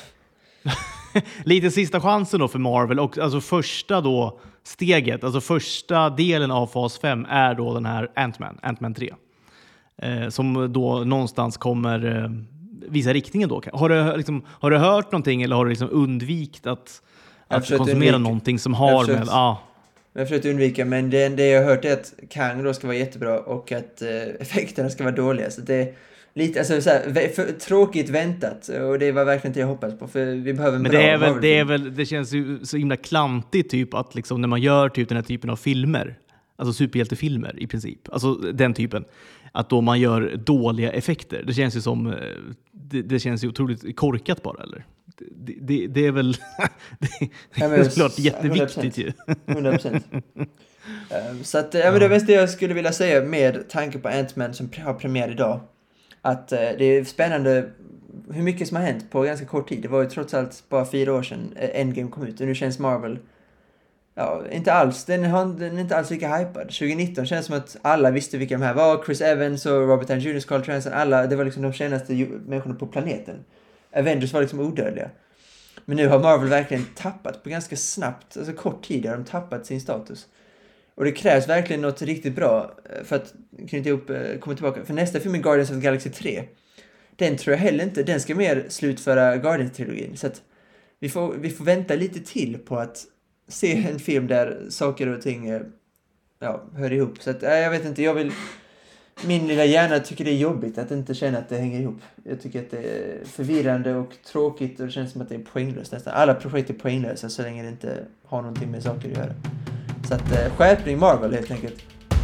Lite sista chansen då för Marvel. Och alltså första då steget, alltså första delen av fas fem är då den här Ant-Man, Ant-Man tre. Eh, som då någonstans kommer eh, visa riktningen då. Har du, liksom, har du hört någonting eller har du liksom undvikit att, att konsumera undvika. någonting som har jag försökt, med... Ah. Jag har försökt undvika, men det, det jag har hört är att Kang då ska vara jättebra och att eh, effekterna ska vara dåliga. Så det lite, alltså, så här, för, tråkigt väntat och det var verkligen inte jag hoppas på för vi behöver en men bra det är väl, det är väl det känns ju så himla klantigt typ att liksom när man gör typ den här typen av filmer, alltså superhjältefilmer i princip, alltså den typen, att då man gör dåliga effekter, det känns ju som det, det känns ju otroligt korkat bara, eller det, det, det är väl det, det är såklart jätteviktigt ju. hundra procent um, så att ja, men det var det jag skulle vilja säga med tanke på Ant-Man som har premiär idag. Att eh, det är spännande hur mycket som har hänt på ganska kort tid. Det var ju trots allt bara fyra år sedan eh, Endgame kom ut. Och nu känns Marvel... Ja, inte alls. Den, har, den är inte alls lika hypad. tjugonitton känns som att alla visste vilka de här var. Chris Evans och Robert Downey junior, Scarlett Johansson. Alla, det var liksom de kändaste människorna på planeten. Avengers var liksom odödliga. Men nu har Marvel verkligen tappat på ganska snabbt. Alltså kort tid har de tappat sin status. Och det krävs verkligen något riktigt bra för att knyta ihop, komma tillbaka. För nästa film är Guardians of the Galaxy tre. Den tror jag heller inte, den ska mer slutföra Guardians-trilogin. Så att vi får, vi får vänta lite till på att se en film där saker och ting ja, hör ihop. Så att, jag vet inte, jag vill... Min lilla hjärna tycker det är jobbigt att inte känna att det hänger ihop. Jag tycker att det är förvirrande och tråkigt och det känns som att det är poänglöst nästan. Alla projekt är poänglösa så länge det inte har någonting med saker att göra. Så att eh, skärpning Marvel helt enkelt.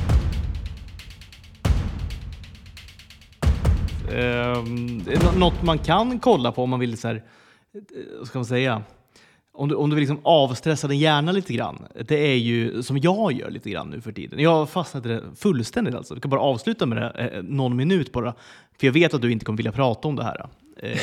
Um, något man kan kolla på om man vill så här, vad ska man säga, om du, om du vill liksom avstressa din hjärna lite grann, det är ju som jag gör lite grann nu för tiden. Jag har fastnat i det fullständigt alltså. Du kan bara avsluta med det eh, någon minut bara. För jag vet att du inte kommer vilja prata om det här. Eh,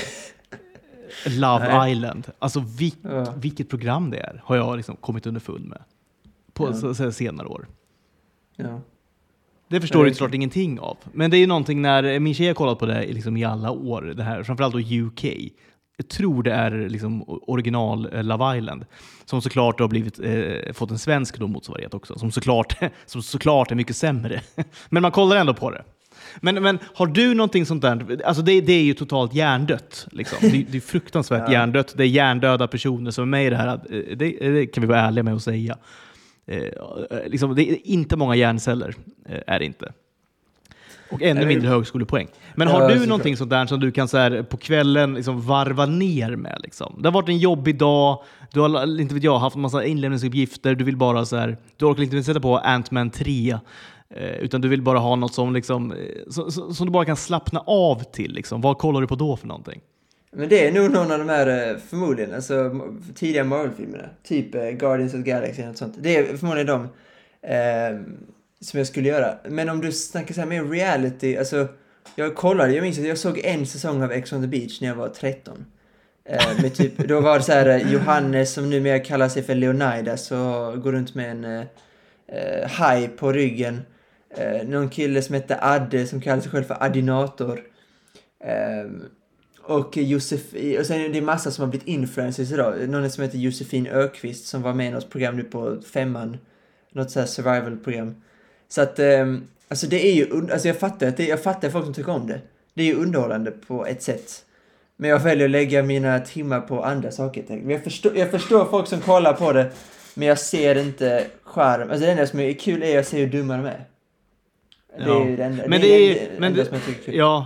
Love Nej. Island. Alltså vil, ja. vilket program det är har jag liksom kommit underfund med på ja. så, så senare år. Ja. Det förstår du ju klart ingenting av. Men det är ju någonting när min tjej har kollat på det liksom i alla år. Det här, framförallt då U K. Jag tror det är liksom original eh, Love Island. Som såklart har blivit, eh, fått en svensk då motsvarighet också. Som såklart, som såklart är mycket sämre. Men man kollar ändå på det. Men, men har du någonting sånt där? Alltså det, det är ju totalt hjärndött. Liksom. Det, det är fruktansvärt ja. hjärndött. Det är hjärndöda personer som är med i det här. Det, det kan vi vara ärliga med att säga. Eh, liksom, det är inte många hjärnceller. Eh, är det inte. Och ännu Nej, mindre högskolepoäng. Men har ja, du någonting klart. sånt där som du kan så här, på kvällen liksom, varva ner med? Liksom? Det har varit en jobbig dag. Du har inte vet jag, haft en massa inlämningsuppgifter. Du vill bara så här, du orkar inte sätta på Ant-Man tre. Eh, utan du vill bara ha något som, liksom, som, som du bara kan slappna av till. Liksom. Vad kollar du på då för någonting? Men det är nog någon av de här, förmodligen, alltså tidiga Marvel-filmerna. Typ eh, Guardians of the Galaxy och sånt. Det är förmodligen de eh, som jag skulle göra. Men om du snackar så här med reality, alltså jag kollade, jag minns att jag såg en säsong av Ex on the Beach när jag var tretton. Eh, med typ, då var det så här Johannes som numera kallar sig för Leonidas och går runt med en eh, haj på ryggen. Eh, någon kille som heter Adde som kallar sig själv för Adinator. Eh, och Josef, och sen är det massa som har blivit influencers idag. Någon som heter Josefin Ökvist som var med i något program nu på femman. Något så här survival-program. Så att, eh, alltså det är ju, alltså jag fattar att det, jag fattar folk som tycker om det. Det är ju underhållande på ett sätt. Men jag väljer att lägga mina timmar på andra saker. Men jag förstår, jag förstår folk som kollar på det, men jag ser inte skärm. Alltså det enda som är kul är att se hur dumma de är. Det ja. är ju det enda, men det, det är, det, det men enda det, som jag tycker är kul. Ja,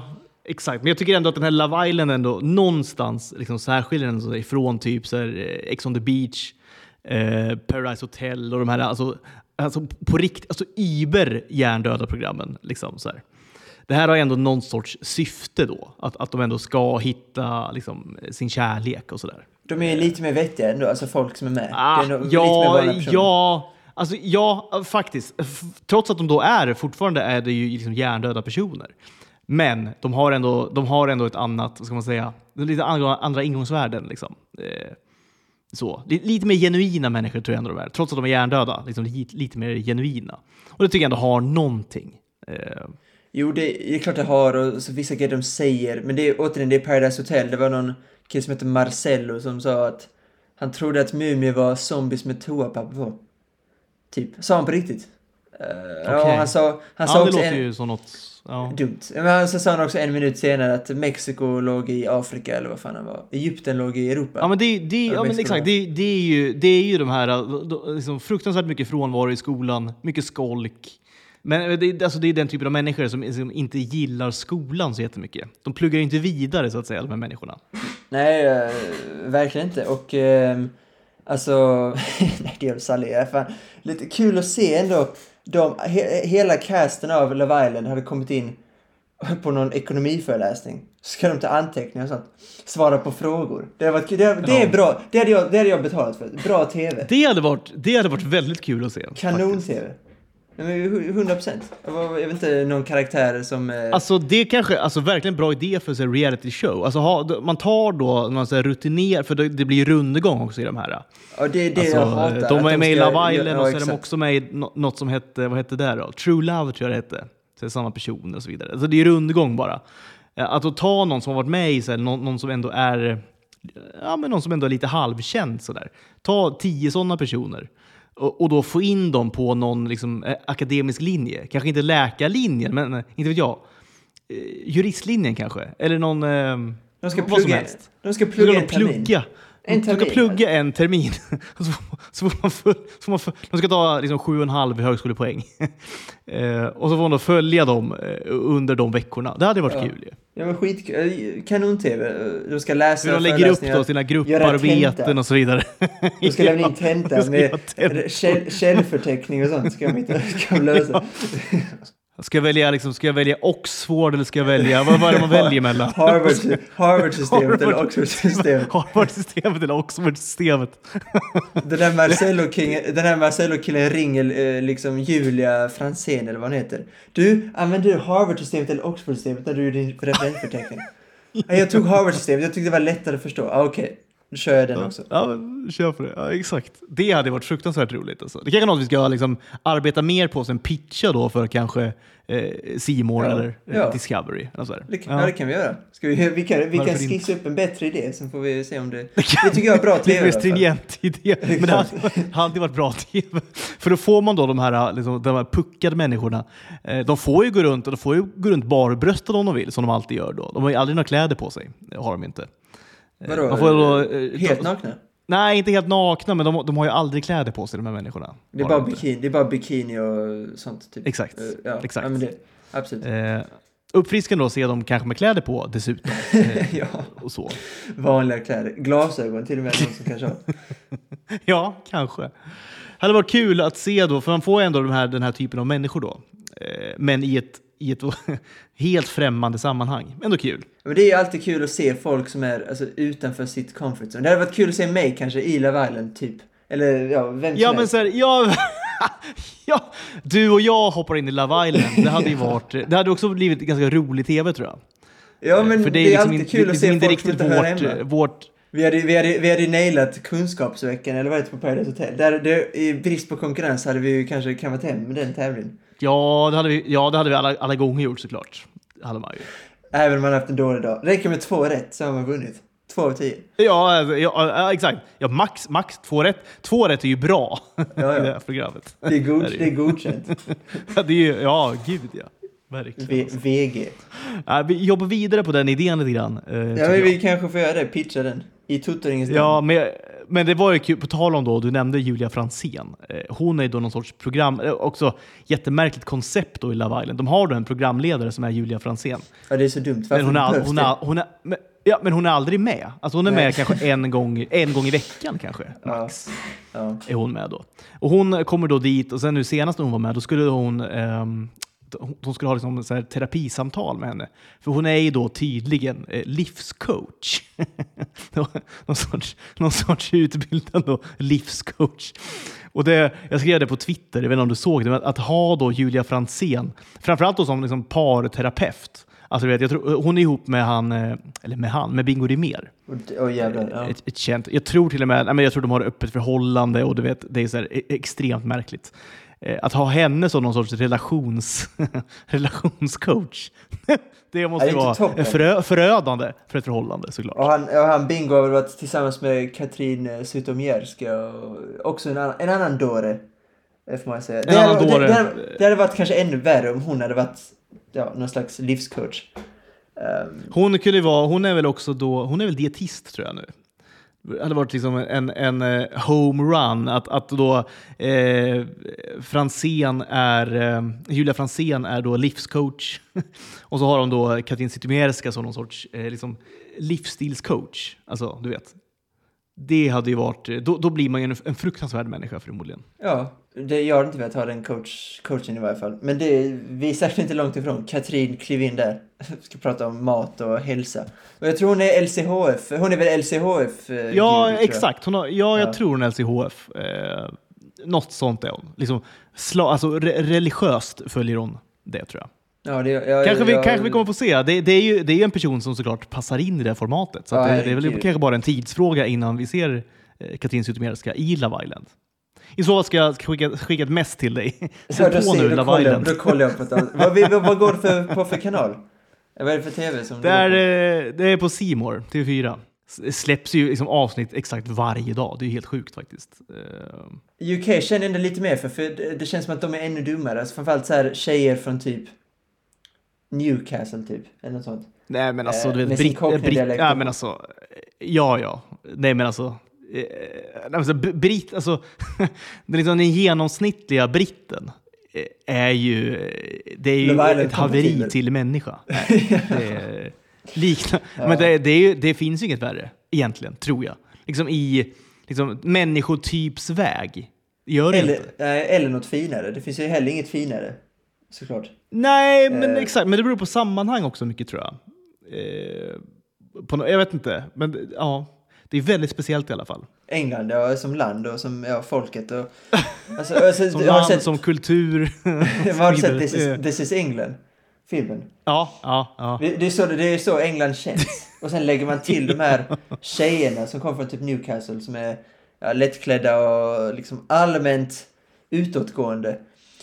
exakt. Men jag tycker ändå att den här Love Island ändå någonstans liksom särskiljer den sig ifrån typ så här, Ex on the Beach, eh, Paradise Hotel och de här alltså, alltså på riktigt, alltså iber hjärndöda programmen liksom så här. Det här har ändå någon sorts syfte då, att, att de ändå ska hitta liksom, sin kärlek och sådär. De är lite mer vettiga ändå, alltså folk som är med. Ah, det är ja, ja, alltså ja, faktiskt. F- trots att de då är, fortfarande är det ju liksom hjärndöda personer. Men de har ändå, de har ändå ett annat, vad ska man säga, lite andra, andra ingångsvärden liksom. Eh, så. Lite mer genuina människor tror jag ändå de är. Trots att de är hjärndöda, liksom lite, lite mer genuina. Och det tycker jag ändå har någonting. Eh, Jo, det, det är klart det har, och så vissa grejer de säger. Men det är återigen, det är Paradise Hotel. Det var någon kille som heter Marcello som sa att han trodde att mumier var zombies med toapapper på. Typ, sa han på riktigt. Uh, okay. Ja, han sa, han ja, sa det också låter en, ju som något... Ja. dumt. Men så sa han också en minut senare att Mexiko låg i Afrika, eller vad fan han var. Egypten låg i Europa. Ja, men det, det, ja, men exakt. Det, det, är ju, det är ju de här liksom, fruktansvärt mycket frånvaro i skolan, mycket skolk. Men det, alltså, det är den typen av människor som, som inte gillar skolan så jättemycket. De pluggar inte vidare så att säga, de här människorna. Nej, äh, verkligen inte. Och äh, alltså, nej, det är Sally, fan. Lite kul att se ändå. De, he, hela casten av Love Island hade kommit in på någon ekonomiföreläsning. Så ska de ta anteckningar och sånt. Svara på frågor. Det, har varit, det, det, det är bra. Det hade, jag, det hade jag betalat för. Bra tv. Det hade varit, det hade varit väldigt kul att se. Kanon-tv. hundra procent. Jag vet inte någon karaktär som... Eh... Alltså det är kanske alltså, verkligen bra idé för en reality show. Alltså, ha, man tar då man säger, rutiner, för det, det blir rundgång också i de här. Ja, det är det alltså, jag hatar. De är med i Love Island, ja, och så är de också med i något som hette, vad hette det då? True Love tror jag det hette. Så det är samma personer och så vidare. Alltså det är rundgång bara. Att då ta någon som har varit med i, så här, någon, någon som ändå är ja, men någon som ändå är lite halvkänd så där. Ta tio sådana personer. Och då få in dem på någon liksom, eh, akademisk linje. Kanske inte läkarlinjen, men eh, inte vet jag. Eh, juristlinjen kanske. Eller någon... Eh, de ska vad plugga, som helst. De ska plugga de en termin. Plugga. En termin. De ska plugga en termin. så, så får man för, så får man för, de ska ta liksom, sju och en halv högskolepoäng. eh, och så får man då följa dem eh, under de veckorna. Det hade varit ja. kul ju. Ja, men skitkul. Kanon-tv. De ska läsa... De lägger upp då sina grupparbeten och så vidare. De ska lämna in tenta med käll, källförteckning och sånt. Ska de, inte, ska de lösa. Ska jag välja, liksom, ska jag välja Oxford eller ska jag välja... Vad är det man väljer mellan? Harvard, Harvard-systemet eller Oxford-systemet. Harvard-systemet eller Oxford-systemet. Den här Marcello-killen, den här Marcello-killen ringer liksom Julia Franzén eller vad han heter. Du, använder du Harvard-systemet eller Oxford-systemet när du gör din referensförteckning? Jag tog Harvard-systemet, jag tyckte det var lättare att förstå. Ah, okej. Okay. Då kör jag den också. Ja, men kör på det. Ja, exakt. Det hade varit fruktansvärt roligt. Alltså. Det kanske är något vi ska liksom, arbeta mer på sen pitcha då för kanske C More eh, ja. eller eh, ja. Discovery. Alltså det, kan, ja. ja, det kan vi göra. Ska vi, vi kan, vi kan skissa upp en bättre idé, så får vi se om det... Det tycker jag är bra tv. Lite mer stringent idé. Men det hade, hade varit bra tv. För då får man då de här, liksom, de här puckade människorna. Eh, de får ju gå runt och de får ju gå runt barbröstade om de vill, som de alltid gör då. De har ju aldrig några kläder på sig. Det har de inte. Vadå? Man får då, eh, helt nakna? Nej, inte helt nakna, men de, de har ju aldrig kläder på sig, de här människorna. Det är, bara bikini, det är bara bikini och sånt. Typ. Exakt. Ja, exakt. Ja, men det, absolut. Eh, uppfriskande då, se dem kanske med kläder på dessutom. Eh, ja. Och så. Vanliga kläder. Glasögon till och med, någon som kanske har. Ja, kanske. Det hade varit kul att se då, för man får ändå den här, den här typen av människor då. Eh, men i ett i ett helt främmande sammanhang. Ändå kul. Men det är ju alltid kul att se folk som är alltså, utanför sitt comfort zone. Det hade varit kul att se mig kanske i Love Island typ. Eller ja, vem som Ja, men så här, ja, ja, du och jag hoppar in i Love Island. Det hade ju varit, det hade också blivit ganska rolig tv tror jag. Ja, men för det är, det är liksom alltid inte, kul att se inte folk som riktigt inte hör vårt, hemma. vårt Vi hade, vi, hade, vi hade nailat kunskapsveckan eller vad heter det på Paradise Hotel. Där det, i brist på konkurrens hade vi ju kanske kammat hem med den tävlingen. Ja, det hade vi, ja, det hade vi alla, alla gånger gjort såklart. Det hade man ju. Även om man haft en dålig dag. Det räcker med två rätt så har man vunnit. Två av tio. Ja, ja, ja exakt. Ja, max, max två rätt. Två rätt är ju bra ja, ja. i det här programmet. Det är, god, det är godkänt. Ja, det är ju, ja, gud ja. Verkligen. V- VG. Ja, vi jobbar vidare på den idén lite grann. Eh, ja, men vi kanske får göra det. Pitcha den. I Tuttoringens Ja, med, men det var ju kul, på tal om då, du nämnde Julia Franzén. Hon är ju då någon sorts program, också jättemärkligt koncept då i Love Island. De har då en programledare som är Julia Franzén. Ja, det är så dumt. Varför men hon är, hon är, hon är, men, ja, men hon är aldrig med. Alltså hon är Nej. med kanske en gång, en gång i veckan kanske, max. Ja. Ja. Är hon med då. Och hon kommer då dit, och sen nu senast när hon var med, då skulle hon... Um, de skulle ha liksom så här terapisamtal med henne. För hon är ju då tydligen eh, livscoach. någon, sorts, någon sorts utbildad då, livscoach. Och det, jag skrev det på Twitter, jag vet inte om du såg det, men att ha då Julia Franzén, framförallt då som liksom parterapeut. Alltså vet, jag tror, hon är ihop med han, eller med han, med Bingo Rimér. Oh, jävlar, ja. ett, ett känt, jag tror till och med, nej, jag tror de har öppet förhållande och du vet, det är så här extremt märkligt. Att ha henne som någon sorts relations, relationscoach. Det måste ju vara förö, förödande för ett förhållande såklart. Och han, och han Bingo har varit tillsammans med Katrin Zytomierska och också en annan, en annan dåre, får man säga. Det, en hade, dåre. Det, det, hade, det hade varit kanske ännu värre om hon hade varit ja, någon slags livscoach. Um, hon kunde vara, hon är väl också då, hon är väl dietist tror jag nu. Det hade varit liksom en, en home run att, att då eh, Franzén är eh, Julia Franzén är då livscoach och så har de då Katrin Zytomierska som någon sorts eh, liksom livsstilscoach. Alltså, du vet. Det hade ju varit, då, då blir man ju en, en fruktansvärd människa förmodligen. Ja, det gör inte velat ha den coach, coachen i varje fall. Men det, vi är säkert inte långt ifrån. Katrin kliv in där. Ska prata om mat och hälsa. Och jag tror hon är L C H F. Hon är väl L C H F? Eh, ja, gud, exakt. Hon har, ja, jag ja. tror hon är L C H F. Eh, något sånt är hon. Liksom, sla, alltså, re, religiöst följer hon det, tror jag. Ja, det, jag, kanske, vi, jag, kanske vi kommer få se. Det, det är ju det är en person som såklart passar in i det formatet. Så ja, att det, det är väl kul. kanske bara en tidsfråga innan vi ser eh, Katrin Zytomierska i Love Island. I så fall ska jag skicka, skicka ett mess till dig. Så ja, då, ser, nu, då, kollar jag, då kollar jag på det. vad, vad, vad går det för, på för kanal? Vad är det för tv som det är, det är på C More, T V fyra. Det släpps ju liksom avsnitt exakt varje dag. Det är helt sjukt faktiskt. U K känner ändå lite mer för, för det, det känns som att de är ännu dummare. Alltså framförallt så här tjejer från typ Newcastle typ, eller något sånt. Nej men alltså, eh, du vet, britt, britt, ja men alltså, ja ja. Nej men alltså, eh, alltså britt, alltså, det är liksom den genomsnittliga britten är ju, det är ju ett haveri till människa. Nej, det är, likna, ja. Men det, det, är ju, det finns ju inget värre egentligen, tror jag. Liksom i liksom, människotypsväg. Gör det eller, inte. Eller något finare. Det finns ju heller inget finare. Såklart. Nej, men eh. exakt. Men det beror på sammanhang också mycket, tror jag. Eh, på no- jag vet inte. Men ja, det är väldigt speciellt i alla fall. England, ja, som land och som ja, folket. Och, alltså, alltså, som land, sett, som kultur. Har du sett This is, This is England? Filmen. Ja, ja, ja. Det, det, är så, det är så England känns. Och sen lägger man till de här tjejerna som kommer från typ Newcastle som är ja, lättklädda och liksom allmänt utåtgående.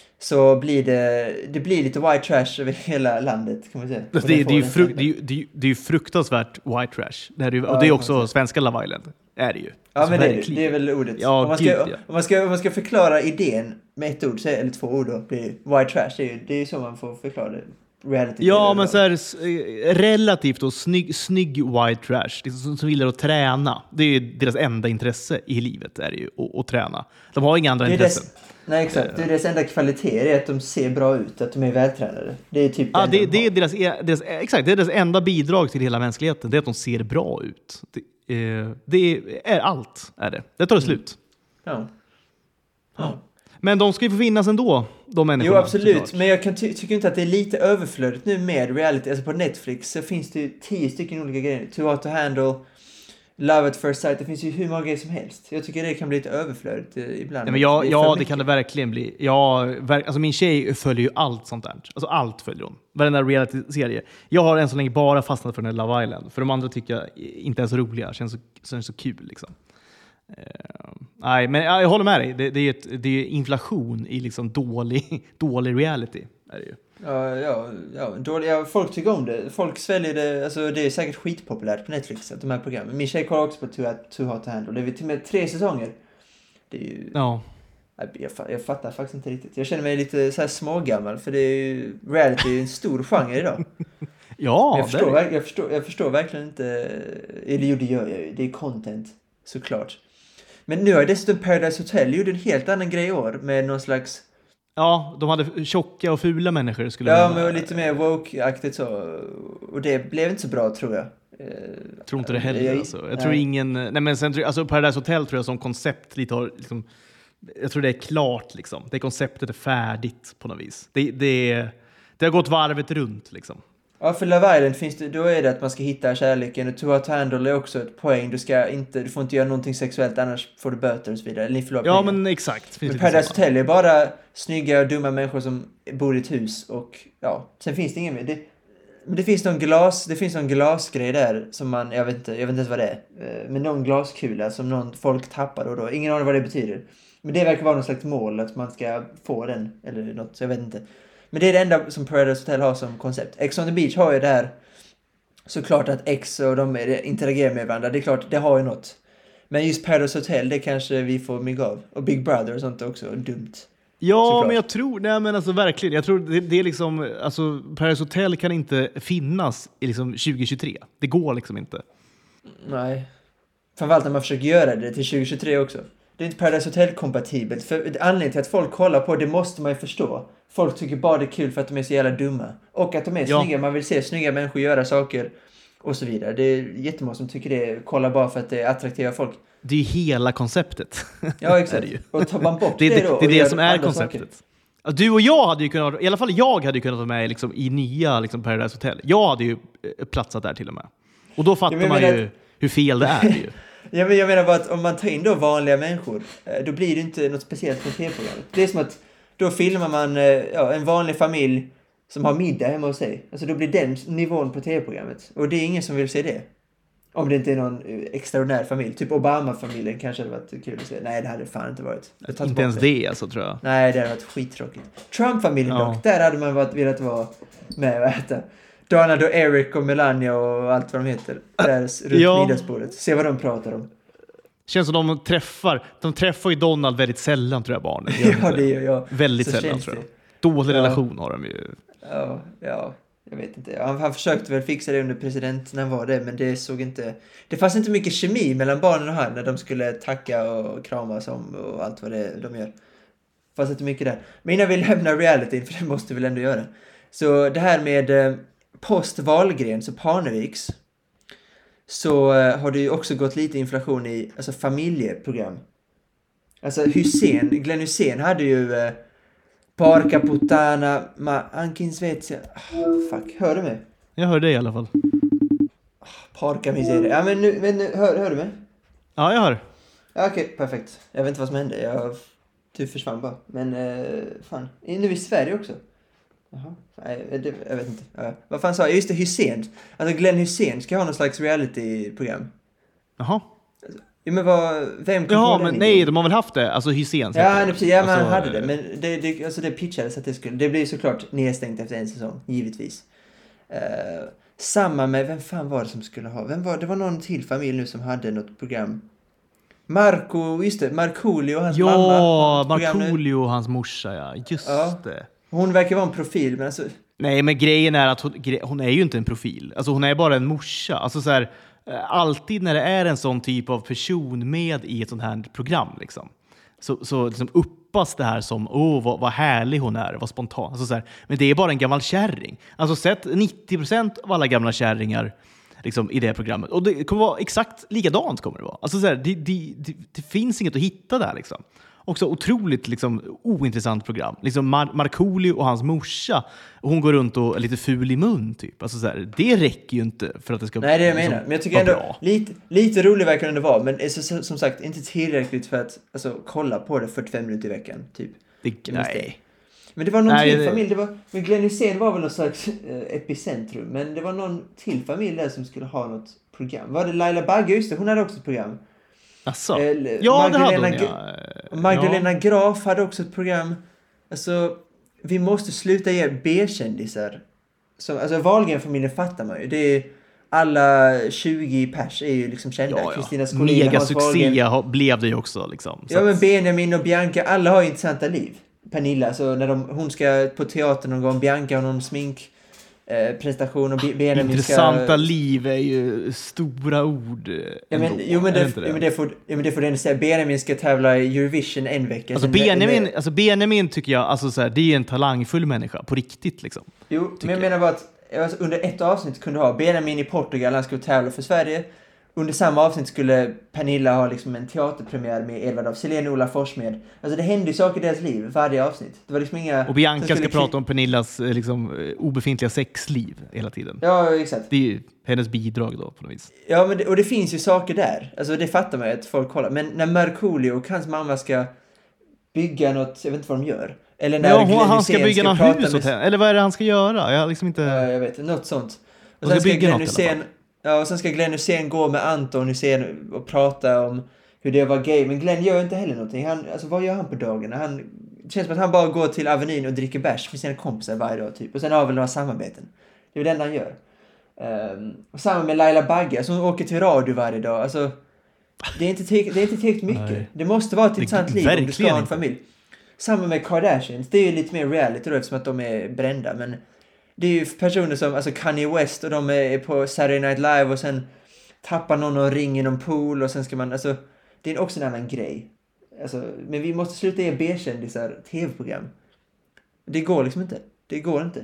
Så blir det, det blir lite white trash över hela landet, kan man säga. Det, det, det, är, ju fruk- det, är, ju, det, är, ju, det är ju fruktansvärt white trash. Det är ju, och det är också svenska Love Island. Är det ju. Ja, alltså, men det, det är väl ordet. Ja, om, man ska, gud, ja. om, man ska, om man ska förklara idén med ett ord, så är, eller två ord då, blir white trash. Det är ju det är så man får förklara det. Reality ja, men så här, relativt och snygg, snygg white trash som, som gillar att träna. Det är ju deras enda intresse i livet, är det ju, att, att träna. De har inga andra intressen. Dess, nej, exakt. Det är deras enda kvalitet är att de ser bra ut, att de är vältränade. Det är typ ja, det, de det är deras, deras, exakt, det är deras enda bidrag till hela mänskligheten. Det är att de ser bra ut. Det, eh, det är allt, är det. Det tar det slut. Mm. Ja. Ja. Men de ska ju få finnas ändå, de människorna. Jo, absolut. Såklart. Men jag kan ty- tycker inte att det är lite överflödigt nu med reality. Alltså på Netflix så finns det ju tio stycken olika grejer. Too Hot to Handle, Love at First Sight. Det finns ju hur många grejer som helst. Jag tycker det kan bli lite överflödigt eh, ibland. Nej, men ja, det ja det kan det verkligen bli. Ja, ver- alltså min tjej följer ju allt sånt där. Alltså allt följer hon. Varenda reality-serie. Jag har än så länge bara fastnat för den här Love Island. För de andra tycker jag inte är så roliga. Känns så, känns så kul liksom. Uh, nej, men jag, jag håller med dig. Det, det är ett, det är inflation i liksom dålig, dålig reality. Är det ju. Ja, ja, ja, dålig, ja, folk tycker om det. Folk sväljer det. Alltså det är säkert skitpopulärt på Netflix att de här programmen. Min tjej kollar också på Too, Too Hot to Handle. Det är till och med tre säsonger. Det är ju... Ja. Jag, jag fattar faktiskt inte riktigt. Jag känner mig lite så här smågammal. För det är ju, reality är ju en stor genre idag. Ja, jag förstår, verk, jag, förstår, jag förstår verkligen inte. Eller jo, det gör jag ju. Det är content, såklart. Men nu har dessutom Paradise Hotel gjort en helt annan grej i år med någon slags... Ja, de hade tjocka och fula människor skulle Ja, men lite mer woke-aktigt så. Och det blev inte så bra, tror jag. Jag tror inte det heller. Jag, alltså. jag nej. tror ingen... Nej, men sen, alltså Paradise Hotel tror jag som koncept lite har... Liksom, jag tror det är klart, liksom. Det konceptet är färdigt på något vis. Det, det, det har gått varvet runt, liksom. Ja, för Love Island finns det, då är det att man ska hitta kärleken. Och Too Hot to Handle är också ett poäng. Du, ska inte, du får inte göra någonting sexuellt, annars får du böter och så vidare. Eller ni ja, men exakt. Men Paradise Hotel är bara snygga och dumma människor som bor i ett hus. Och ja, sen finns det ingen mer. Det, men det finns någon glas, det finns någon glasgrej där som man, jag vet inte, jag vet inte ens vad det är. Men någon glaskula som någon folk tappar och då. Ingen aning vad det betyder. Men det verkar vara någon slags mål att man ska få den eller något, så jag vet inte. Men det är det enda som Paradise Hotel har som koncept. Ex on the Beach har ju det här, såklart att ex och de interagerar med varandra. Det är klart, det har ju något. Men just Paradise Hotel, det kanske vi får mygg av. Och Big Brother och sånt också, dumt. Ja, såklart. Men jag tror, nej men alltså verkligen, jag tror det, det är liksom, alltså Paradise Hotel kan inte finnas i liksom tjugo tjugotre. Det går liksom inte. Nej. Framförallt när man försöker göra det till tjugo tjugotre också. Det är inte Paradise Hotel-kompatibelt. För anledningen till att folk kollar på det måste man ju förstå. Folk tycker bara det är kul för att de är så jävla dumma. Och att de är ja. snygga. Man vill se snygga människor göra saker och så vidare. Det är jättemånga som tycker det. Kollar bara för att det är attraktiva folk. Det är ju hela konceptet. Ja, exakt. Och tar man bort det, det, det då. Det är det, det som är konceptet. Saker. Du och jag hade ju kunnat, i alla fall jag hade ju kunnat vara med liksom, i nya liksom, Paradise Hotel. Jag hade ju platsat där till och med. Och då fattar ja, man ju att... hur fel det är ju. Ja, men jag menar bara att om man tar in då vanliga människor, då blir det inte något speciellt med tv-programmet. Det är som att då filmar man ja, en vanlig familj som har middag hemma hos sig. Alltså då blir den nivån på tv-programmet. Och det är ingen som vill se det. Om det inte är någon extraordinär familj. Typ Obama-familjen kanske hade varit kul att se. Nej, det hade fan inte varit. Inte ens det. det alltså, tror jag. Nej, det hade varit skittråkigt. Trump-familjen ja. dock, där hade man varit, velat vara med och äta. Donald och Eric och Melania och allt vad de heter. Där runt ja. middagsbordet. Se vad de pratar om. Känns som de träffar. De träffar ju Donald väldigt sällan, tror jag, barnen. Ja, det gör jag. Väldigt så sällan, tror jag. Dålig ja. relation har de ju. Ja, ja. Jag vet inte. Han, han försökte väl fixa det under president när han var det, men det såg inte... Det fanns inte mycket kemi mellan barnen och han när de skulle tacka och kramas om och allt vad det de gör. Det fanns inte mycket där. Men innan vi lämnar realityn, för det måste vi väl ändå göra. Så det här med post Wahlgrens och Parneviks, så har det ju också gått lite inflation i alltså familjeprogram. Alltså Hussein, Glenn Hussein hade ju eh, Parka Putana ma Ankin Svezia. Oh, fuck, hör du mig? Jag hör dig i alla fall. Oh, Parka miseria. Ja, men nu, men nu hör, hör du mig? Ja, jag hör. Ja, okej, okay, perfekt. Jag vet inte vad som hände. Jag du försvann bara. Men eh, fan, nu i Sverige också. Jaha, nej, det, jag vet inte. Ja, vad fan sa jag? Just det, Hussein. Alltså Glenn Hussein ska ha någon slags reality-program. Jaha. Alltså, ja, men vad, vem kom ja, på men den nej, idén? de har väl haft det. Alltså Hussein. Ja, nej, precis. Ja, men alltså, han hade det. Men det, det, alltså, det pitchades att det skulle... Det blir såklart nedstängt efter en säsong, givetvis. Uh, samma med... Vem fan var det som skulle ha... Vem var det? var någon till familj nu som hade något program. Marco, just det. Markoolio och hans ja, mamma. Ja, Markoolio och hans morsa, ja. Just ja. det. Hon verkar vara en profil, men alltså... Nej, men grejen är att hon, hon är ju inte en profil. Alltså hon är bara en morsa. Alltså så här, alltid när det är en sån typ av person med i ett sånt här program liksom, så, så liksom uppas det här som åh, vad, vad härlig hon är, vad spontan. Alltså så här, men det är bara en gammal kärring. Alltså sett nittio procent av alla gamla kärringar liksom, i det programmet. Och det kommer vara exakt likadant kommer det vara. Alltså så här, det, det, det, det finns inget att hitta där liksom. Också otroligt liksom, ointressant program. Liksom Mar- Markoolio och hans morsa. Och hon går runt och är lite ful i mun typ. Alltså, så här, det räcker ju inte för att det ska Nej, det jag liksom, menar. Men jag tycker ändå lite, lite rolig verkar det vara. Men så, som sagt inte tillräckligt för att alltså, kolla på det fyrtiofem minuter i veckan. Typ. Det, nej. Men det var någon nej, till det... familj. Det var, men Glenn Hussein var väl någon slags eh, epicentrum. Men det var någon till familj där som skulle ha något program. Var det Laila Bagge? Just det, hon hade också ett program. Asså. Eh, ja, Magdalena, det hade hon, ja. Magdalena ja. Graf hade också ett program. Alltså, vi måste sluta ge B-kändisar. Så, alltså, Wahlgren-familjen fattar man ju. Det är alla tjugo pers är ju liksom kända. Ja, Kristina ja. Mega succé blev det ju också. Liksom, ja, men Benjamin och Bianca, alla har ju intressanta liv. Pernilla, så när de, hon ska på teatern någon gång, Bianca har någon smink eh, prestation och Benjamin Intressanta ska... liv är ju stora ord. Ja, men, jo, men det, det? Ja, men det får, ja, men det får den säga. Benjamin ska tävla i Eurovision en vecka. Alltså Benjamin, med... alltså Benjamin tycker jag, alltså så här, det är en talangfull människa, på riktigt liksom. Jo, men jag menar bara att alltså, under ett avsnitt kunde ha Benjamin i Portugal, han skulle tävla för Sverige. Under samma avsnitt skulle Pernilla ha liksom en teaterpremiär med Edvard af Sillén och Ola Forssmed. Alltså det hände ju saker i deras liv varje avsnitt. Det var liksom inga... Och Bianca ska prata om Pernillas liksom, obefintliga sexliv hela tiden. Ja, exakt. Det är ju hennes bidrag då på något vis. Ja, men det, och det finns ju saker där. Alltså det fattar man ju att folk kollar. Men när Markoolio och hans mamma ska bygga något, jag vet inte vad de gör. Eller när ja, hon, han ska bygga något hus med... åt henne. Eller vad är det han ska göra? Jag liksom inte... Ja, jag vet, något sånt. Och sen sen ska, ska Glenn Hussein... Ja, och sen ska Glenn Hussein gå med Anton Hussein och prata om hur det var gay. Men Glenn gör inte heller någonting. Han, alltså, vad gör han på dagarna? Han, det känns som att han bara går till Avenyn och dricker bärs med sina kompisar varje dag typ. Och sen har väl några samarbeten. Det är väl det han gör. Um, och samma med Laila Bagge som åker till radio varje dag. Alltså, det är inte tillräckligt mycket. Nej. Det måste vara ett intressant liv om du ska ha en familj. Samma med Kardashians. Det är ju lite mer reality då, eftersom att de är brända. Men det är ju personer som alltså Kanye West och de är på Saturday Night Live och sen tappar någon och ringer någon pool och sen ska man, alltså det är också en annan grej. Alltså, men vi måste sluta ge B-kändisar tv-program. Det går liksom inte. Det går inte.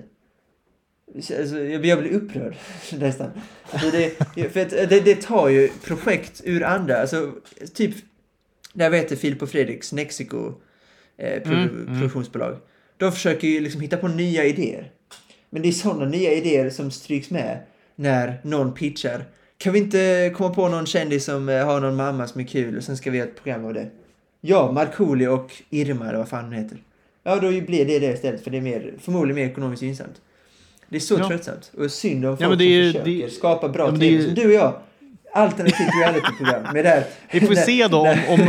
Alltså, jag blir upprörd nästan. Alltså, det, för att det, det tar ju projekt ur andra. Alltså typ, där vet jag Filip och Fredriks Mexico eh, produ- mm, mm. produktionsbolag. De försöker ju liksom hitta på nya idéer. Men det är sådana nya idéer som stryks med när någon pitchar. Kan vi inte komma på någon kändis som har någon mamma som är kul och sen ska vi ha ett program av det? Ja, Markoolio och Irma eller vad fan hon heter. Ja, då blir det det istället för det är mer, förmodligen mer ekonomiskt gynnsamt. Det är så ja. tröttsamt och synd om folk ja, som är, försöker det, skapa bra ja, tv är, som du och jag. Alternativt reality-program med det här. Vi får se då om... om...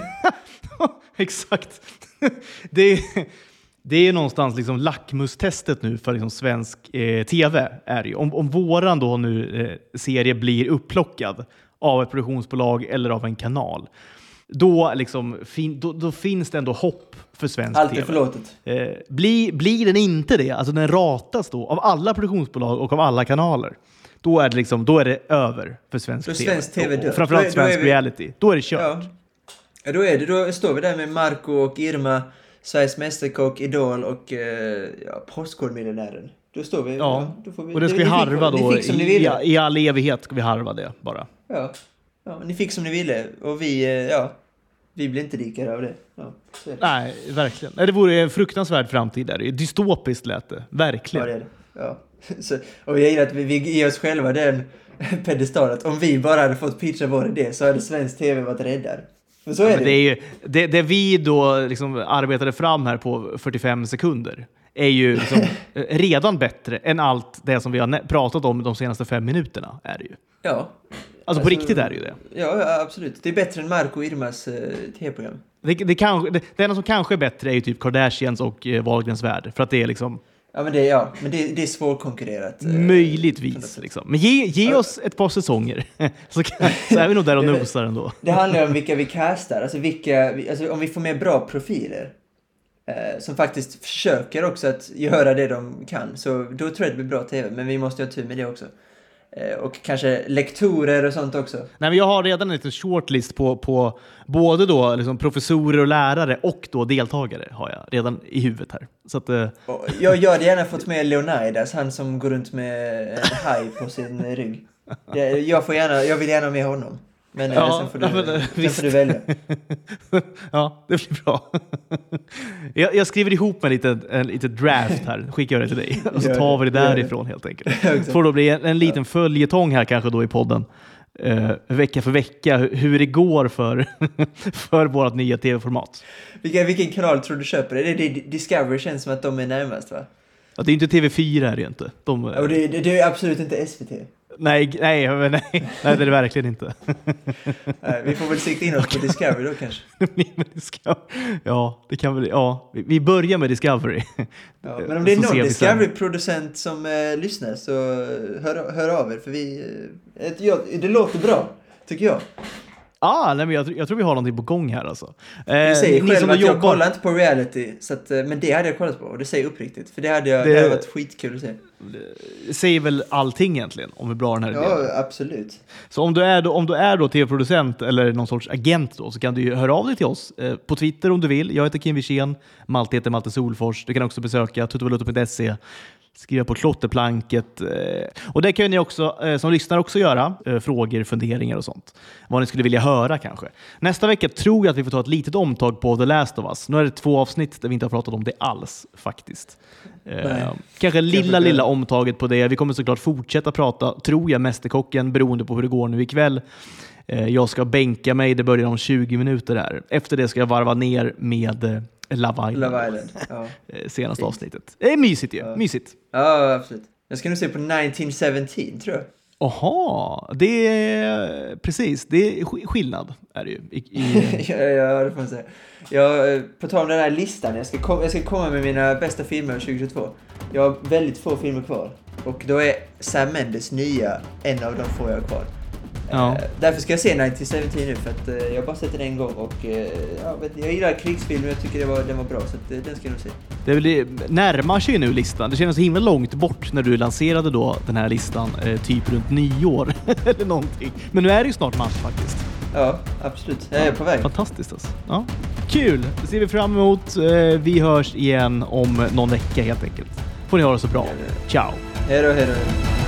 Exakt. Det är... Det är någonstans liksom lackmustestet nu för liksom svensk eh, tv. Är det ju. Om, om våran då nu eh, serie blir upplockad av ett produktionsbolag eller av en kanal, då, liksom, fin, då, då finns det ändå hopp för svensk Allt tv. Allt är förlåtet. Eh, blir, blir den inte det, alltså den ratas då av alla produktionsbolag och av alla kanaler, då är det, liksom, då är det över för svensk för tv. Svensk TV och, och framförallt då är, svensk då vi, reality. Då är det kört. Ja. Ja, då, är det, då står vi där med Marco och Irma, Sveriges Mästerkock, Idol och eh, ja, Postkodmiljonären. Då står vi. Ja, ja då får vi, och det ska vi harva fick, då. I, i, I all evighet ska vi harva det bara. Ja. Ja, ni fick som ni ville. Och vi, eh, ja, vi blir inte rikare av det. Ja, det. Nej, verkligen. Nej, det vore en fruktansvärd framtid där. Dystopiskt lät det. Verkligen. Ja, det är det. Ja. Så, och jag gillar att vi, vi ger oss själva den pedestalet. Om vi bara hade fått pitcha vår idé så hade svensk tv varit räddad. Men så är ja, det. Det, är ju, det, det vi då liksom arbetade fram här på fyrtiofem sekunder är ju liksom redan bättre än allt det som vi har pratat om de senaste fem minuterna. Är det ju. Ja. Alltså, alltså på riktigt är det ju det. Ja, ja absolut. Det är bättre än Marco och Irmas eh, tv-program. Det, det, kanske, det, det enda som kanske är bättre är ju typ Kardashians och eh, Wahlgrens värld. För att det är liksom... Ja, men det, ja, men det, det är svårkonkurrerat. Eh, Möjligtvis. Liksom. Men ge, ge ja. oss ett par säsonger. så, kan, så är vi nog där och nosar ändå. Det handlar om vilka vi castar. Alltså, vilka, alltså om vi får med bra profiler. Eh, som faktiskt försöker också att göra det de kan. Så då tror jag det blir bra tv. Men vi måste ha tur med det också. Eh, och kanske lektorer och sånt också. Nej, men jag har redan en liten shortlist på, på både då liksom professorer och lärare och då deltagare har jag redan i huvudet här. Så att, eh... jag, jag hade gärna fått med Leonidas, han som går runt med en haj på sin rygg. Jag, jag, får gärna, jag vill gärna med honom. Men ja, sen, får du, men, sen får du välja. Ja, det blir bra. jag, jag skriver ihop med lite, en liten draft här. Skickar jag det till dig. Och så tar vi det därifrån helt enkelt. Får då bli en, en liten följetong här kanske då i podden. Uh, vecka för vecka. Hur det går för, för vårt nya tv-format. Vilken, vilken kanal tror du köper? Det, det, Discovery känns som att de är närmast, va? Ja, det är inte T V fyra är det ju inte. De, och det, det, det är absolut inte S V T. Nej, nej, nej, nej, det är det verkligen inte. Nej, vi får väl sikta in oss på Discovery då kanske. Ja, det kan väl, ja, vi börjar med Discovery. Ja, men om det är någon Discovery-producent som eh, lyssnar så hör, hör av er, för vi, eh, ja, det låter bra, tycker jag. Ah, nej, men jag, jag tror vi har någonting på gång här alltså. Eh, du säger själv att jobbar... jag kollar inte på reality, så att, men det hade jag kollat på, och det säger uppriktigt. För det hade, jag, det... det hade varit skitkul att se. Det säger väl allting egentligen, om vi bra den här idén. Ja, absolut. Så om du är då, om du är då tv-producent eller någon sorts agent då, så kan du ju höra av dig till oss eh, på Twitter om du vill. Jag heter Kim Wirsén, Malte heter Malte Solfors. Du kan också besöka tuttovaluta punkt se, skriva på klotterplanket. Eh, och det kan ni också, eh, som lyssnar också göra. Eh, frågor, funderingar och sånt. Vad ni skulle vilja höra kanske. Nästa vecka tror jag att vi får ta ett litet omtag på The Last of Us. Nu är det två avsnitt där vi inte har pratat om det alls faktiskt. Eh, kanske lilla, lilla omtaget på det. Vi kommer såklart fortsätta prata, tror jag, Mästerkocken, beroende på hur det går nu ikväll. Eh, jag ska bänka mig, det börjar om tjugo minuter här. Efter det ska jag varva ner med eh, Love Island. Love Island, ja. Senaste Fint. Avsnittet. Det är mysigt ju, ja. Mysigt. Ja, absolut. Jag ska nog se på nitton seventeen, tror jag. Aha, det är precis, det är skillnad är det ju. I, i... ja, ja, det får man säga. Jag, på tal om den här listan, jag ska, kom, jag ska komma med mina bästa filmer tjugohundratjugotvå. Jag har väldigt få filmer kvar. Och då är Sam Mendes nya en av de få jag har kvar. Ja. Uh, därför ska jag se nitton seventeen nu, för att uh, jag har bara sett den en gång och uh, ja, vet, jag gillar krigsfilmer, jag tycker det var, den var bra, så att, uh, den ska jag nog se. Det är väl det, närmar sig nu listan. Det känns så himla långt bort när du lanserade då den här listan uh, typ runt nyår eller någonting. Men nu är det ju snart mars faktiskt. Ja, absolut. Jag är ja, på väg. Fantastiskt alltså. Ja. Kul, det ser vi fram emot. Uh, vi hörs igen om någon vecka helt enkelt. Får ni ha det så bra. Ciao. Hej då, hej då.